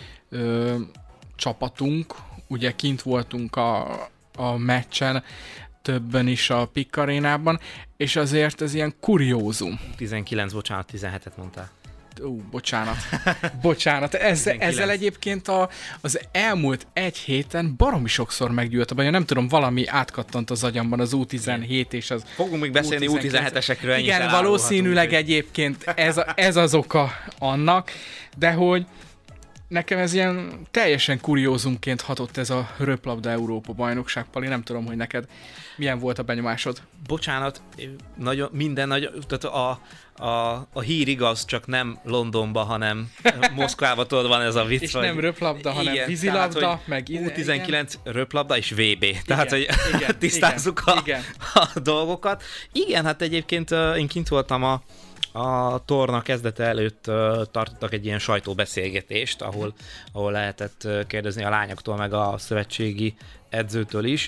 Speaker 3: ö, csapatunk. Ugye kint voltunk a, a meccsen, többen is a Pikk Arénában, és azért ez ilyen kuriózum.
Speaker 2: tizenkilenc, bocsánat, tizenhetet mondtál.
Speaker 3: Ú, bocsánat. Bocsánat. Ez, ezzel egyébként a, az elmúlt egy héten baromi sokszor meggyűlt a baj. Nem tudom, valami átkattant az agyamban az U tizenhét és az
Speaker 2: Fogunk még beszélni U tizenhetesekről.
Speaker 3: Igen, valószínűleg egyébként ez, a, ez az oka annak, de hogy nekem ez ilyen teljesen kuriózumként hatott ez a röplabda Európa bajnokság, Pali, nem tudom, hogy neked milyen volt a benyomásod.
Speaker 2: Bocsánat, nagyon, minden nagyon, tehát a, a, a hír igaz, csak nem Londonba, hanem Moszkvába, tudod, van ez a vicc.
Speaker 3: És
Speaker 2: vagy,
Speaker 3: nem röplabda, hanem igen, vízilabda, tehát, meg
Speaker 2: U tizenkilenc igen. röplabda és vé bé. Igen, tehát, hogy
Speaker 3: igen,
Speaker 2: tisztázzuk
Speaker 3: igen,
Speaker 2: a,
Speaker 3: igen.
Speaker 2: a dolgokat. Igen, hát egyébként én kint voltam a A torna kezdete előtt uh, tartottak egy ilyen sajtóbeszélgetést, ahol, ahol lehetett uh, kérdezni a lányoktól, meg a szövetségi edzőtől is,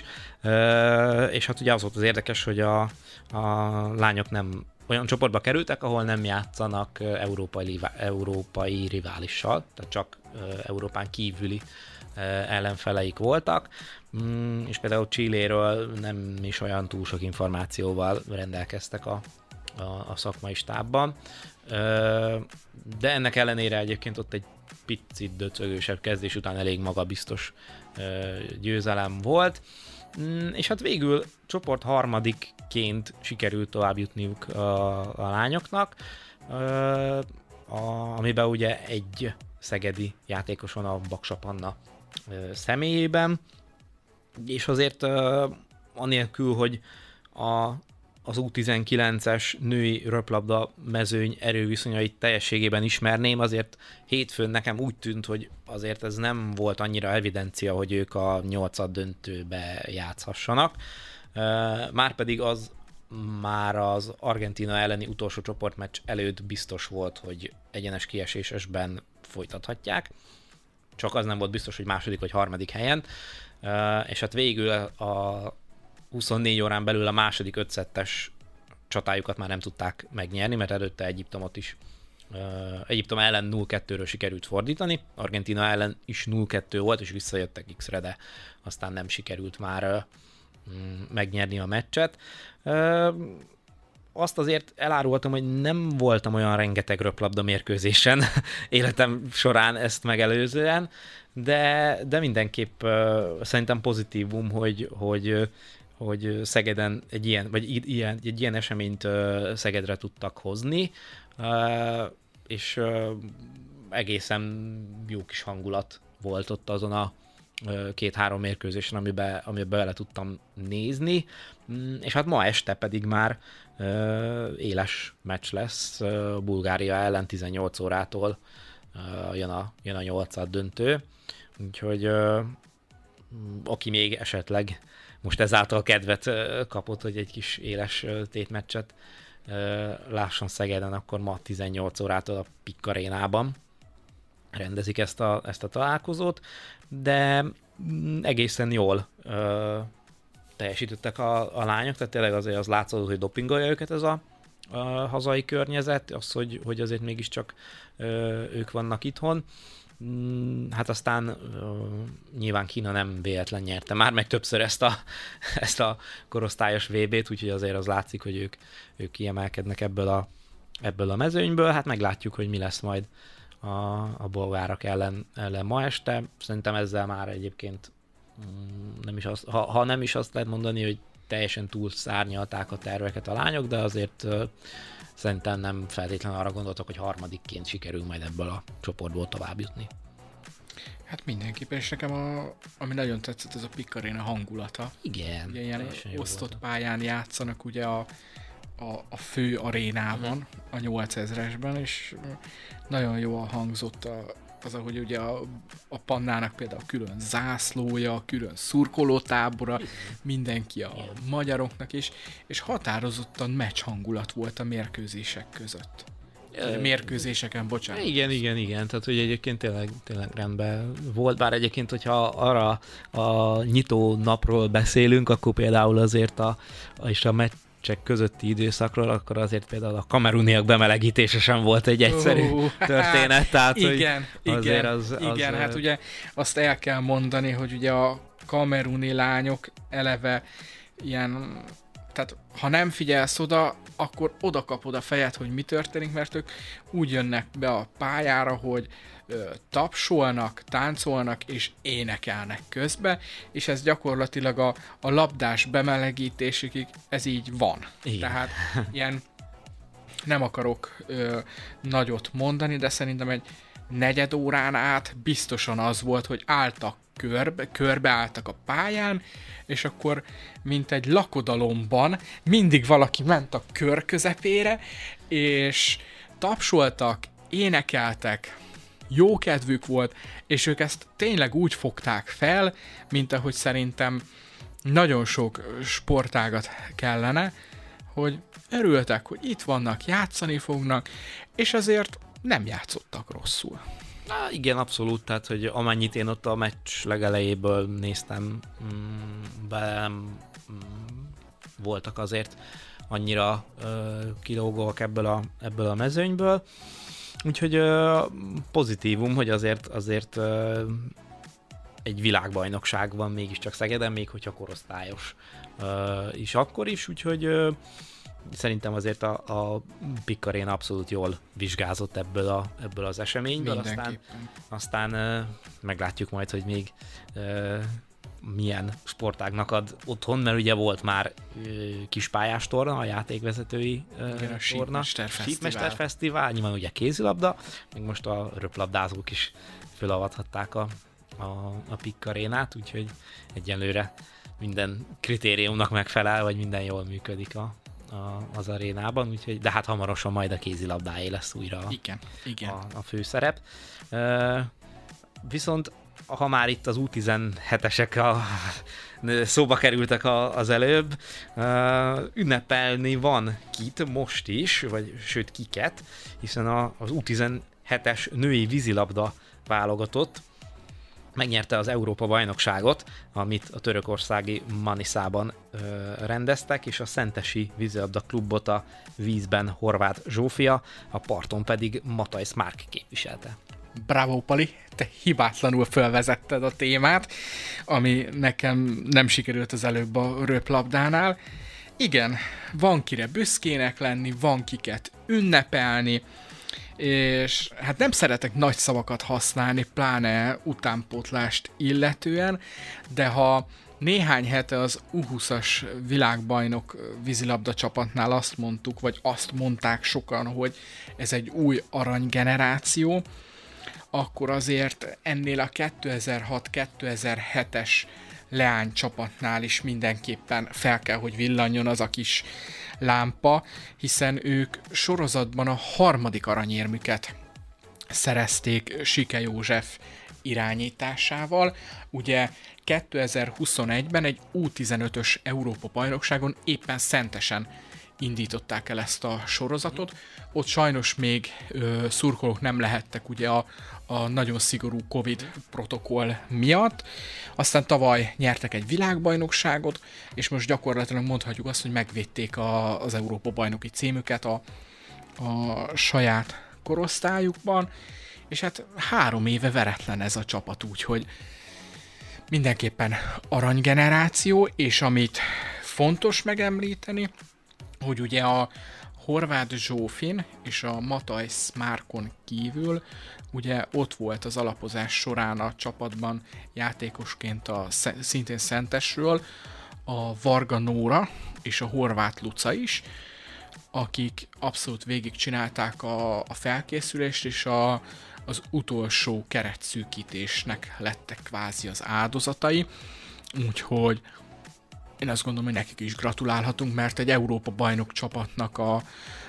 Speaker 2: uh, és hát ugye az volt az érdekes, hogy a, a lányok nem olyan csoportba kerültek, ahol nem játszanak uh, európai, európai riválissal, tehát csak uh, Európán kívüli uh, ellenfeleik voltak, mm, és például Chiléről nem is olyan túl sok információval rendelkeztek a A, a szakmai stábban. de ennek ellenére egyébként ott egy picit döcögősebb kezdés után elég magabiztos győzelem volt, és hát végül csoport harmadikként sikerült tovább jutniuk a, a lányoknak, a, amiben ugye egy szegedi játékos van a Baksa Panna személyében, és azért anélkül, hogy a az U tizenkilences női röplabda mezőny erőviszonyait teljességében ismerném, azért hétfőn nekem úgy tűnt, hogy azért ez nem volt annyira evidencia, hogy ők a nyolcad döntőbe játszhassanak. Márpedig az már az Argentína elleni utolsó csoportmeccs előtt biztos volt, hogy egyenes kiesésesben folytathatják. Csak az nem volt biztos, hogy második vagy harmadik helyen. És hát végül a huszonnégy órán belül a második ötszettes csatájukat már nem tudták megnyerni, mert előtte Egyiptomot is uh, Egyiptom ellen nulla kettőről sikerült fordítani, Argentína ellen is nulla kettő volt, és visszajöttek X-re, de aztán nem sikerült már uh, megnyerni a meccset. Uh, azt azért elárultam, hogy nem voltam olyan rengeteg röplabda mérkőzésen életem során ezt megelőzően, de, de mindenképp uh, szerintem pozitívum, hogy, hogy hogy Szegeden egy ilyen, vagy ilyen, egy ilyen eseményt uh, Szegedre tudtak hozni, uh, és uh, egészen jó kis hangulat volt ott azon a uh, két-három mérkőzésen, amiben, amiben bele tudtam nézni, mm, és hát ma este pedig már uh, éles meccs lesz, uh, Bulgária ellen tizennyolc órától uh, jön, a, jön a nyolcad döntő, úgyhogy uh, aki még esetleg most ezáltal kedvet kapott, hogy egy kis éles tétmeccset lásson Szegeden, akkor ma tizennyolc órától a Pikk Arénában rendezik ezt a, ezt a találkozót, de egészen jól ö, teljesítettek a, a lányok, tehát tényleg azért az látszott, hogy dopingolja őket ez a, a hazai környezet, az, hogy, hogy azért mégiscsak ö, ők vannak itthon. Hát aztán uh, nyilván Kína nem véletlen nyerte már meg többször ezt a, ezt a korosztályos vé bét, úgyhogy azért az látszik, hogy ők, ők kiemelkednek ebből a, ebből a mezőnyből. Hát meglátjuk, hogy mi lesz majd a, a bolgárok ellen, ellen ma este. Szerintem ezzel már egyébként nem is azt, ha, ha nem is azt lehet mondani, hogy teljesen túl szárnyalták a terveket a lányok, de azért uh, szerintem nem feltétlenül arra gondoltak, hogy harmadikként sikerül majd ebből a csoportból tovább jutni.
Speaker 3: Hát mindenképpen, és nekem a, ami nagyon tetszett, ez a Pikk Aréna hangulata.
Speaker 2: Igen.
Speaker 3: Ugye ilyen osztott pályán játszanak ugye a, a, a fő arénában, uh-huh. a nyolcezresben, és nagyon jól hangzott a, az, ahogy ugye a, a Pannának például külön zászlója, külön szurkolótábora, igen. mindenki a igen. magyaroknak is, és határozottan meccs hangulat volt a mérkőzések között. A mérkőzéseken, bocsánat.
Speaker 2: Igen, igen, igen, tehát hogy egyébként tényleg, tényleg rendben volt, bár egyébként, hogyha arra a nyitó napról beszélünk, akkor például azért a, és a meccsek közötti időszakról, akkor azért például a kameruniak bemelegítése sem volt egy egyszerű uh, történet, tehát
Speaker 3: igen,
Speaker 2: hogy azért
Speaker 3: igen,
Speaker 2: az, az...
Speaker 3: Igen, hát ugye azt el kell mondani, hogy ugye a kameruni lányok eleve ilyen, tehát ha nem figyelsz oda, akkor oda kapod a fejed, hogy mi történik, mert ők úgy jönnek be a pályára, hogy ö, tapsolnak, táncolnak és énekelnek közbe, és ez gyakorlatilag a, a labdás bemelegítésig ez így van. Igen. Tehát ilyen nem akarok ö, nagyot mondani, de szerintem egy negyed órán át biztosan az volt, hogy álltak körbe, körbeálltak a pályán, és akkor mint egy lakodalomban mindig valaki ment a kör közepére, és tapsoltak, énekeltek, jó kedvük volt, és ők ezt tényleg úgy fogták fel, mint ahogy szerintem nagyon sok sportágat kellene, hogy örültek, hogy itt vannak, játszani fognak, és azért nem játszottak rosszul.
Speaker 2: Na, igen, abszolút, tehát, hogy amennyit én ott a meccs legelejéből néztem, mm, be mm, voltak azért annyira ö, kilógóak ebből a, ebből a mezőnyből. Úgyhogy ö, pozitívum, hogy azért, azért ö, egy világbajnokság van mégiscsak Szegeden, még hogyha korosztályos ö, is akkor is, úgyhogy ö, szerintem azért a, a Pick Arena abszolút jól vizsgázott ebből, a, ebből az eseményből, aztán, aztán uh, meglátjuk majd, hogy még uh, milyen sportágnak ad otthon, mert ugye volt már uh, kispályás torna, a játékvezetői uh,
Speaker 3: igen, a
Speaker 2: torna, Sípmester Fesztivál, nyilván ugye kézilabda, még most a röplabdázók is fölavathatták a, a, a Pick Arénát, úgyhogy egyenlőre minden kritériumnak megfelel, vagy minden jól működik a, a, az arénában, úgyhogy, de hát hamarosan majd a kézilabdáé lesz újra
Speaker 3: igen, igen.
Speaker 2: A, a főszerep. Uh, viszont ha már itt az U tizenhetesek a, szóba kerültek a, az előbb, uh, ünnepelni van kit most is, vagy sőt kiket, hiszen a, az U tizenhetes női vízilabda válogatott megnyerte az Európa-bajnokságot, amit a törökországi Manisában ö, rendeztek, és a Szentesi vízilabda klubot a vízben Horváth Zsófia, a parton pedig Mataj Smárk képviselte.
Speaker 3: Bravo, Pali, te hibátlanul felvezetted a témát, ami nekem nem sikerült az előbb a röplabdánál. Igen, van kire büszkének lenni, van kiket ünnepelni, és hát nem szeretek nagy szavakat használni, pláne utánpótlást illetően, de ha néhány hete az U húszas világbajnok vízilabda csapatnál azt mondtuk, vagy azt mondták sokan, hogy ez egy új aranygeneráció, akkor azért ennél a kétezer-hat kétezer-hetes leány csapatnál is mindenképpen fel kell, hogy villanjon az a kis lámpa, hiszen ők sorozatban a harmadik aranyérmüket szerezték Sike József irányításával. Ugye kétezer-huszonegyben egy U tizenötös Európa-bajnokságon éppen Szentesen indították el ezt a sorozatot. Ott sajnos még ö, szurkolók nem lehettek ugye a, a nagyon szigorú Covid protokoll miatt. Aztán tavaly nyertek egy világbajnokságot, és most gyakorlatilag mondhatjuk azt, hogy megvédték a, az Európa-bajnoki címüket a, a saját korosztályukban, és hát három éve veretlen ez a csapat, úgyhogy mindenképpen aranygeneráció, és amit fontos megemlíteni, hogy ugye a Horváth Zsófin és a Mataj Smárkon kívül ugye ott volt az alapozás során a csapatban játékosként a szintén Szentesről a Varga Nóra és a Horváth Luca is, akik abszolút végigcsinálták a, a felkészülést, és a, az utolsó keretszűkítésnek lettek kvázi az áldozatai, úgyhogy én azt gondolom, hogy nekik is gratulálhatunk, mert egy Európa-bajnok csapatnak a,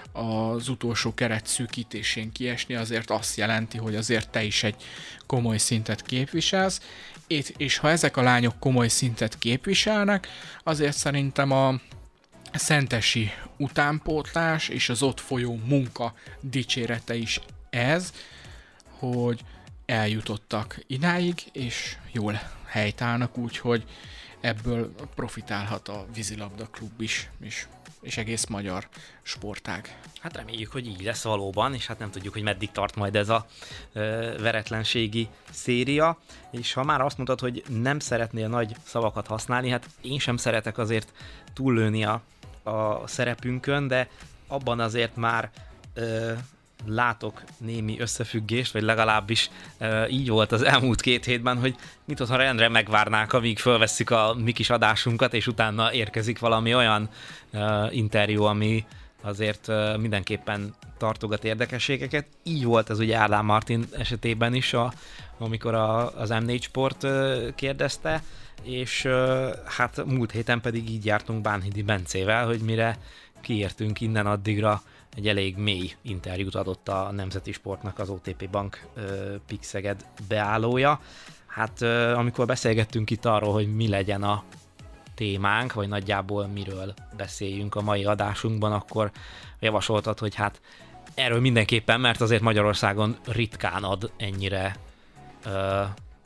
Speaker 3: az utolsó keret szűkítésén kiesni azért azt jelenti, hogy azért te is egy komoly szintet képviselsz, és ha ezek a lányok komoly szintet képviselnek, azért szerintem a szentesi utánpótlás és az ott folyó munka dicsérete is ez, hogy eljutottak idáig, és jól helytállnak, úgyhogy ebből profitálhat a vízilabda klub is, és, és egész magyar sportág.
Speaker 2: Hát reméljük, hogy így lesz valóban, és hát nem tudjuk, hogy meddig tart majd ez a ö, veretlenségi széria, és ha már azt mondtad, hogy nem szeretnél nagy szavakat használni, hát én sem szeretek azért túllőni a, a szerepünkön, de abban azért már ö, látok némi összefüggést, vagy legalábbis e, így volt az elmúlt két hétben, hogy mit ha rendre megvárnák, amíg fölvesszük a mi kis adásunkat, és utána érkezik valami olyan e, interjú, ami azért e, mindenképpen tartogat érdekességeket. Így volt ez ugye Ádám Martin esetében is, a, amikor a, az em négy Sport e, kérdezte, és e, hát múlt héten pedig így jártunk Bánhidi Bencével, hogy mire kiértünk innen addigra, egy elég mély interjút adott a Nemzeti Sportnak az o té pé Bank uh, Pix Szeged beállója. Hát uh, amikor beszélgettünk itt arról, hogy mi legyen a témánk, vagy nagyjából miről beszéljünk a mai adásunkban, akkor javasoltad, hogy hát erről mindenképpen, mert azért Magyarországon ritkán ad ennyire uh,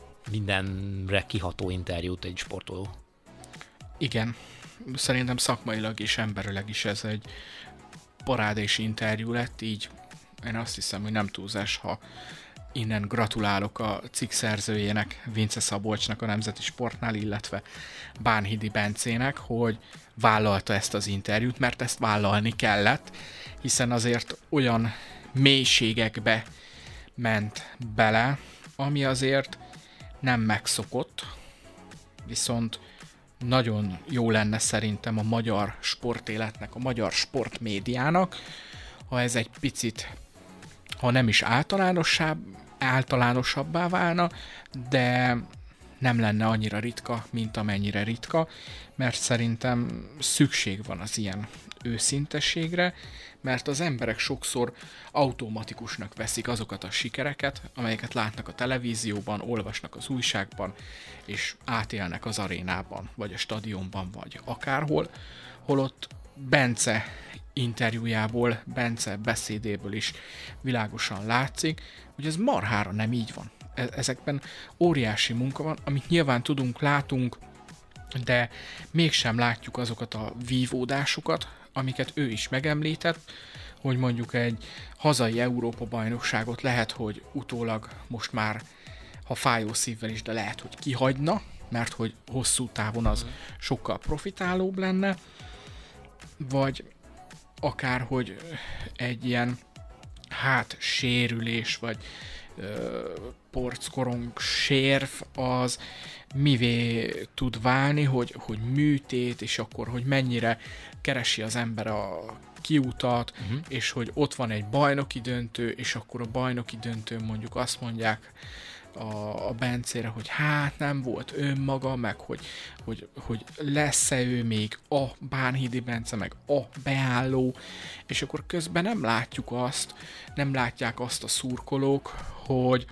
Speaker 2: mindenre kiható interjút egy sportoló.
Speaker 3: Igen, szerintem szakmailag és emberileg is ez egy parádés interjú lett, így én azt hiszem, hogy nem túlzás, ha innen gratulálok a cikk szerzőjének, Vince Szabolcsnak a Nemzeti Sportnál, illetve Bánhidi Bencének, hogy vállalta ezt az interjút, mert ezt vállalni kellett, hiszen azért olyan mélységekbe ment bele, ami azért nem megszokott, viszont nagyon jó lenne szerintem a magyar sportéletnek, a magyar sportmédiának, ha ez egy picit, ha nem is általánosabb, általánosabbá válna, de nem lenne annyira ritka, mint amennyire ritka, mert szerintem szükség van az ilyen őszintességre, mert az emberek sokszor automatikusnak veszik azokat a sikereket, amelyeket látnak a televízióban, olvasnak az újságban, és átélnek az arénában, vagy a stadionban, vagy akárhol, holott Bence interjújából, Bence beszédéből is világosan látszik, hogy ez marhára nem így van. Ezekben óriási munka van, amit nyilván tudunk, látunk, de mégsem látjuk azokat a vívódásokat, amiket ő is megemlített, hogy mondjuk egy hazai Európa-bajnokságot lehet, hogy utólag most már, ha fájó szívvel is, de lehet, hogy kihagyna, mert hogy hosszú távon az sokkal profitálóbb lenne, vagy akár, hogy egy ilyen hát sérülés, vagy ö, porckorong sérv az mivé tud válni, hogy, hogy műtét, és akkor, hogy mennyire keresi az ember a kiutat, uh-huh. és hogy ott van egy bajnoki döntő, és akkor a bajnoki döntőn mondjuk azt mondják a, a Bencére, hogy hát nem volt önmaga, meg hogy, hogy, hogy lesz-e ő még a Bánhidi Bence, meg a beálló, és akkor közben nem látjuk azt, nem látják azt a szurkolók, hogy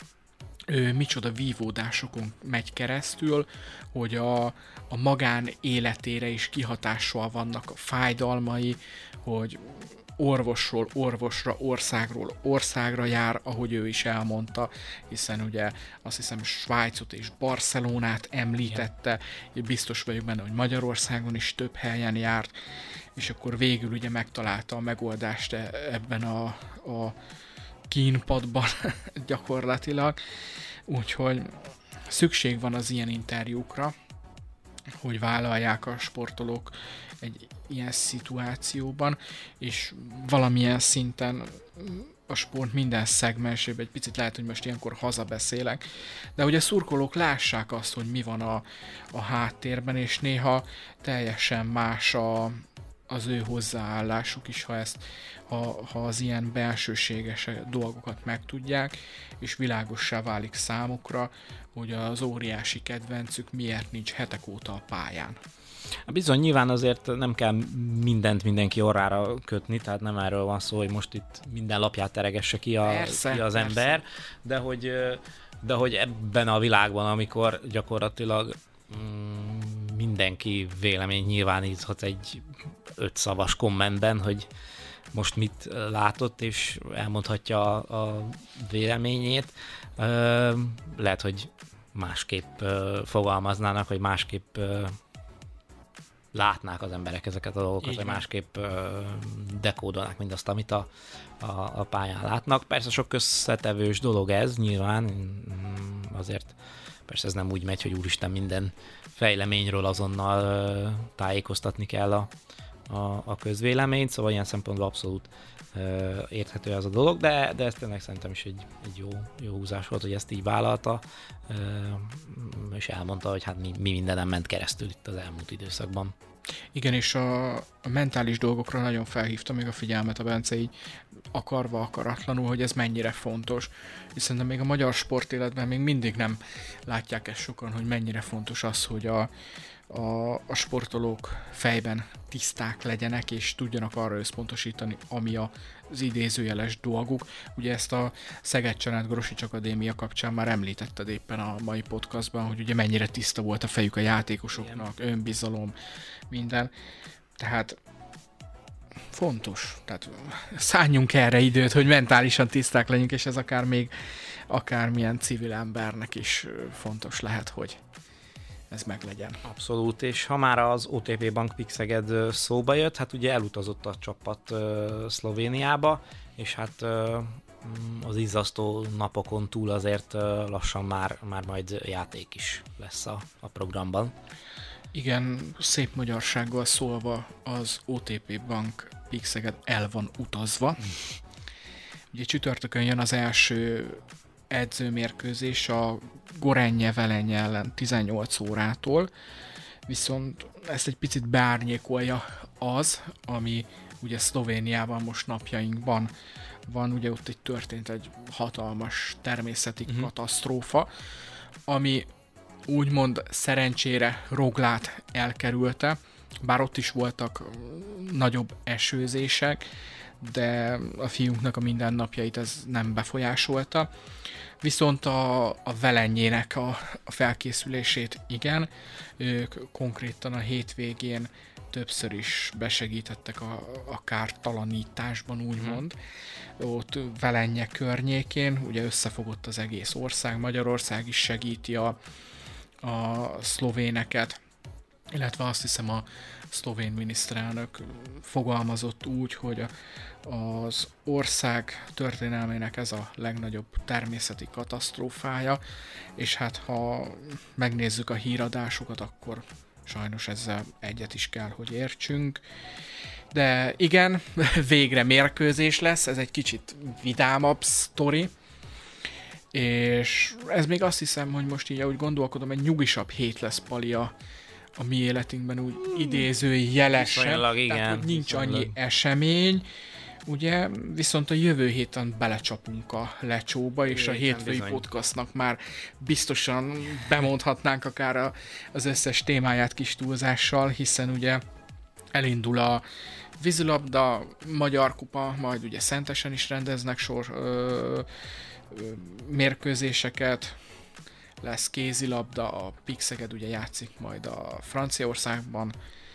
Speaker 3: ő micsoda vívódásokon megy keresztül, hogy a, a magán életére is kihatással vannak a fájdalmai, hogy orvosról orvosra, országról országra jár, ahogy ő is elmondta, hiszen ugye azt hiszem Svájcot és Barcelonát említette, yeah. Biztos vagyok benne, hogy Magyarországon is több helyen járt, és akkor végül ugye megtalálta a megoldást ebben a, a kínpadban gyakorlatilag, úgyhogy szükség van az ilyen interjúkra, hogy vállalják a sportolók egy ilyen szituációban, és valamilyen szinten a sport minden szegmensében, egy picit lehet, hogy most ilyenkor hazabeszélek, de hogy a szurkolók lássák azt, hogy mi van a, a háttérben, és néha teljesen más a, az ő hozzáállásuk is, ha, ezt, ha, ha az ilyen belsőséges dolgokat megtudják, és világossá válik számukra, hogy az óriási kedvencük miért nincs hetek óta a pályán.
Speaker 2: Bizony, nyilván azért nem kell mindent mindenki orrára kötni, tehát nem erről van szó, hogy most itt minden lapját teregesse ki, a,
Speaker 3: persze,
Speaker 2: ki az
Speaker 3: persze.
Speaker 2: ember, de hogy, de hogy ebben a világban, amikor gyakorlatilag mm, mindenki vélemény nyilváníthat egy ötszavas kommentben, hogy most mit látott, és elmondhatja a, a véleményét, lehet, hogy másképp fogalmaznának, vagy másképp látnák az emberek ezeket a dolgokat, így vagy van. Másképp ö, dekódolnák mindazt, amit a, a, a pályán látnak. Persze sok összetevős dolog ez, nyilván azért persze ez nem úgy megy, hogy úristen minden fejleményről azonnal ö, tájékoztatni kell a, a, a közvéleményt, szóval ilyen szempontból abszolút ö, érthető ez a dolog, de, de ez tényleg szerintem is egy, egy jó, jó húzás volt, hogy ezt így vállalta, ö, és elmondta, hogy hát mi, mi mindenem ment keresztül itt az elmúlt időszakban.
Speaker 3: Igen, és a, a mentális dolgokra nagyon felhívta még a figyelmet a Bence, így akarva, akaratlanul, hogy ez mennyire fontos, hiszen még a magyar sportéletben még mindig nem látják ezt sokan, hogy mennyire fontos az, hogy a, a, a sportolók fejben tiszták legyenek, és tudjanak arra összpontosítani, ami a az idézőjeles dolguk. Ugye ezt a Szeged Csanád Grosics Akadémia kapcsán már említetted éppen a mai podcastban, hogy ugye mennyire tiszta volt a fejük a játékosoknak, igen. Önbizalom, minden. Tehát fontos. Tehát szálljunk erre időt, hogy mentálisan tiszták legyünk, és ez akár még akármilyen civil embernek is fontos lehet, hogy ez meglegyen.
Speaker 2: Abszolút, és ha már az o té pé Bank Pik Szeged szóba jött, hát ugye elutazott a csapat uh, Szlovéniába, és hát uh, az izzasztó napokon túl azért lassan már, már majd játék is lesz a, a programban.
Speaker 3: Igen, szép magyarsággal szólva az o té pé Bank Pixeged el van utazva. Ugye csütörtökön jön az első edzőmérkőzés a Gorenje Velenje ellen tizennyolc órától, viszont ezt egy picit beárnyékolja az, ami ugye Szlovéniában most napjainkban van, ugye ott egy történt egy hatalmas természeti uh-huh. katasztrófa, ami úgymond szerencsére Roglát elkerülte, bár ott is voltak nagyobb esőzések, de a fiúnknak a mindennapjait ez nem befolyásolta. Viszont a, a Velenjének a, a felkészülését igen, ők konkrétan a hétvégén többször is besegítettek a, a kártalanításban, úgymond. Hmm. Ott Velenje környékén, ugye összefogott az egész ország, Magyarország is segíti a, a szlovéneket, illetve azt hiszem a szlovén miniszterelnök fogalmazott úgy, hogy a, az ország történelmének ez a legnagyobb természeti katasztrófája, és hát ha megnézzük a híradásokat, akkor sajnos ezzel egyet is kell, hogy értsünk. De igen, végre mérkőzés lesz, ez egy kicsit vidámabb sztori, és ez még azt hiszem, hogy most így, ahogy gondolkodom, egy nyugisabb hét lesz, Pali, a, a mi életünkben úgy idéző jelesen,
Speaker 2: igen,
Speaker 3: tehát hogy nincs
Speaker 2: viszonylag.
Speaker 3: annyi esemény, ugye, viszont a jövő héten belecsapunk a lecsóba, és
Speaker 2: igen,
Speaker 3: a hétfői
Speaker 2: bizony.
Speaker 3: podcastnak már biztosan bemondhatnánk akár a, az összes témáját kis túlzással, hiszen ugye elindul a vízilabda, Magyar Kupa, majd ugye Szentesen is rendeznek sor ö, ö, mérkőzéseket, lesz kézilabda, a Pixeged ugye játszik majd a Franciaországban,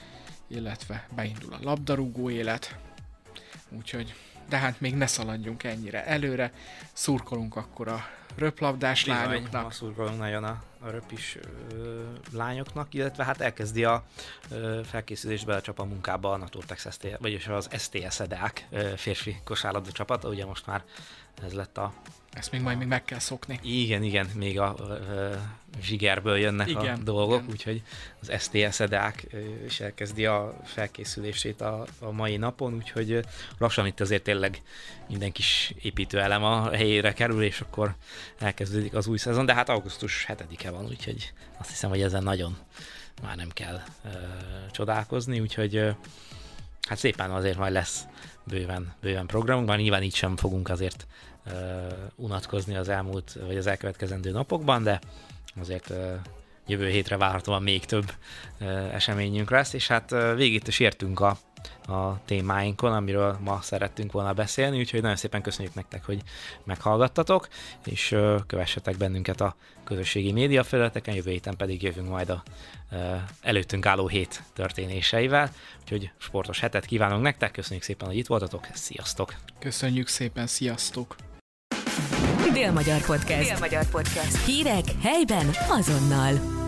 Speaker 3: illetve beindul a labdarúgó élet, úgyhogy, de hát még ne szaladjunk ennyire előre, szurkolunk akkor a röplabdás
Speaker 2: Bizony,
Speaker 3: lányoknak.
Speaker 2: ma szurkolunk nagyon a, a röpis ö, lányoknak, illetve hát elkezdi a ö, felkészülést, belecsap a munkába a Naturtex es té, vagyis az es té es Edák férfi kosárlabda csapata, ugye most már ez lett a...
Speaker 3: Ezt még majd még meg kell szokni.
Speaker 2: Igen, igen, még a ö, zsigerből jönnek igen, a dolgok, igen. Úgyhogy az es té es Edák is elkezdi a felkészülését a, a mai napon, úgyhogy lassan itt azért tényleg minden kis építőelem a helyére kerül, és akkor elkezdődik az új szezon, de hát augusztus hetedike van, úgyhogy azt hiszem, hogy ezen nagyon már nem kell ö, csodálkozni, úgyhogy ö, hát szépen azért majd lesz bőven, bőven programunk, már nyilván így sem fogunk azért uh, unatkozni az elmúlt, vagy az elkövetkezendő napokban, de azért uh, jövő hétre várhatóan még több uh, eseményünk lesz, és hát uh, végig is értünk a, a témáinkon, amiről ma szerettünk volna beszélni, úgyhogy nagyon szépen köszönjük nektek, hogy meghallgattatok, és uh, kövessetek bennünket a közösségi média felületeken, jövő héten pedig jövünk majd a uh, előttünk álló hét történéseivel, úgyhogy sportos hetet kívánunk nektek, köszönjük szépen, hogy itt voltatok, sziasztok!
Speaker 3: Köszönjük szépen, sziasztok!
Speaker 1: Dél-Magyar Podcast. Dél-Magyar Podcast. Hírek helyben azonnal.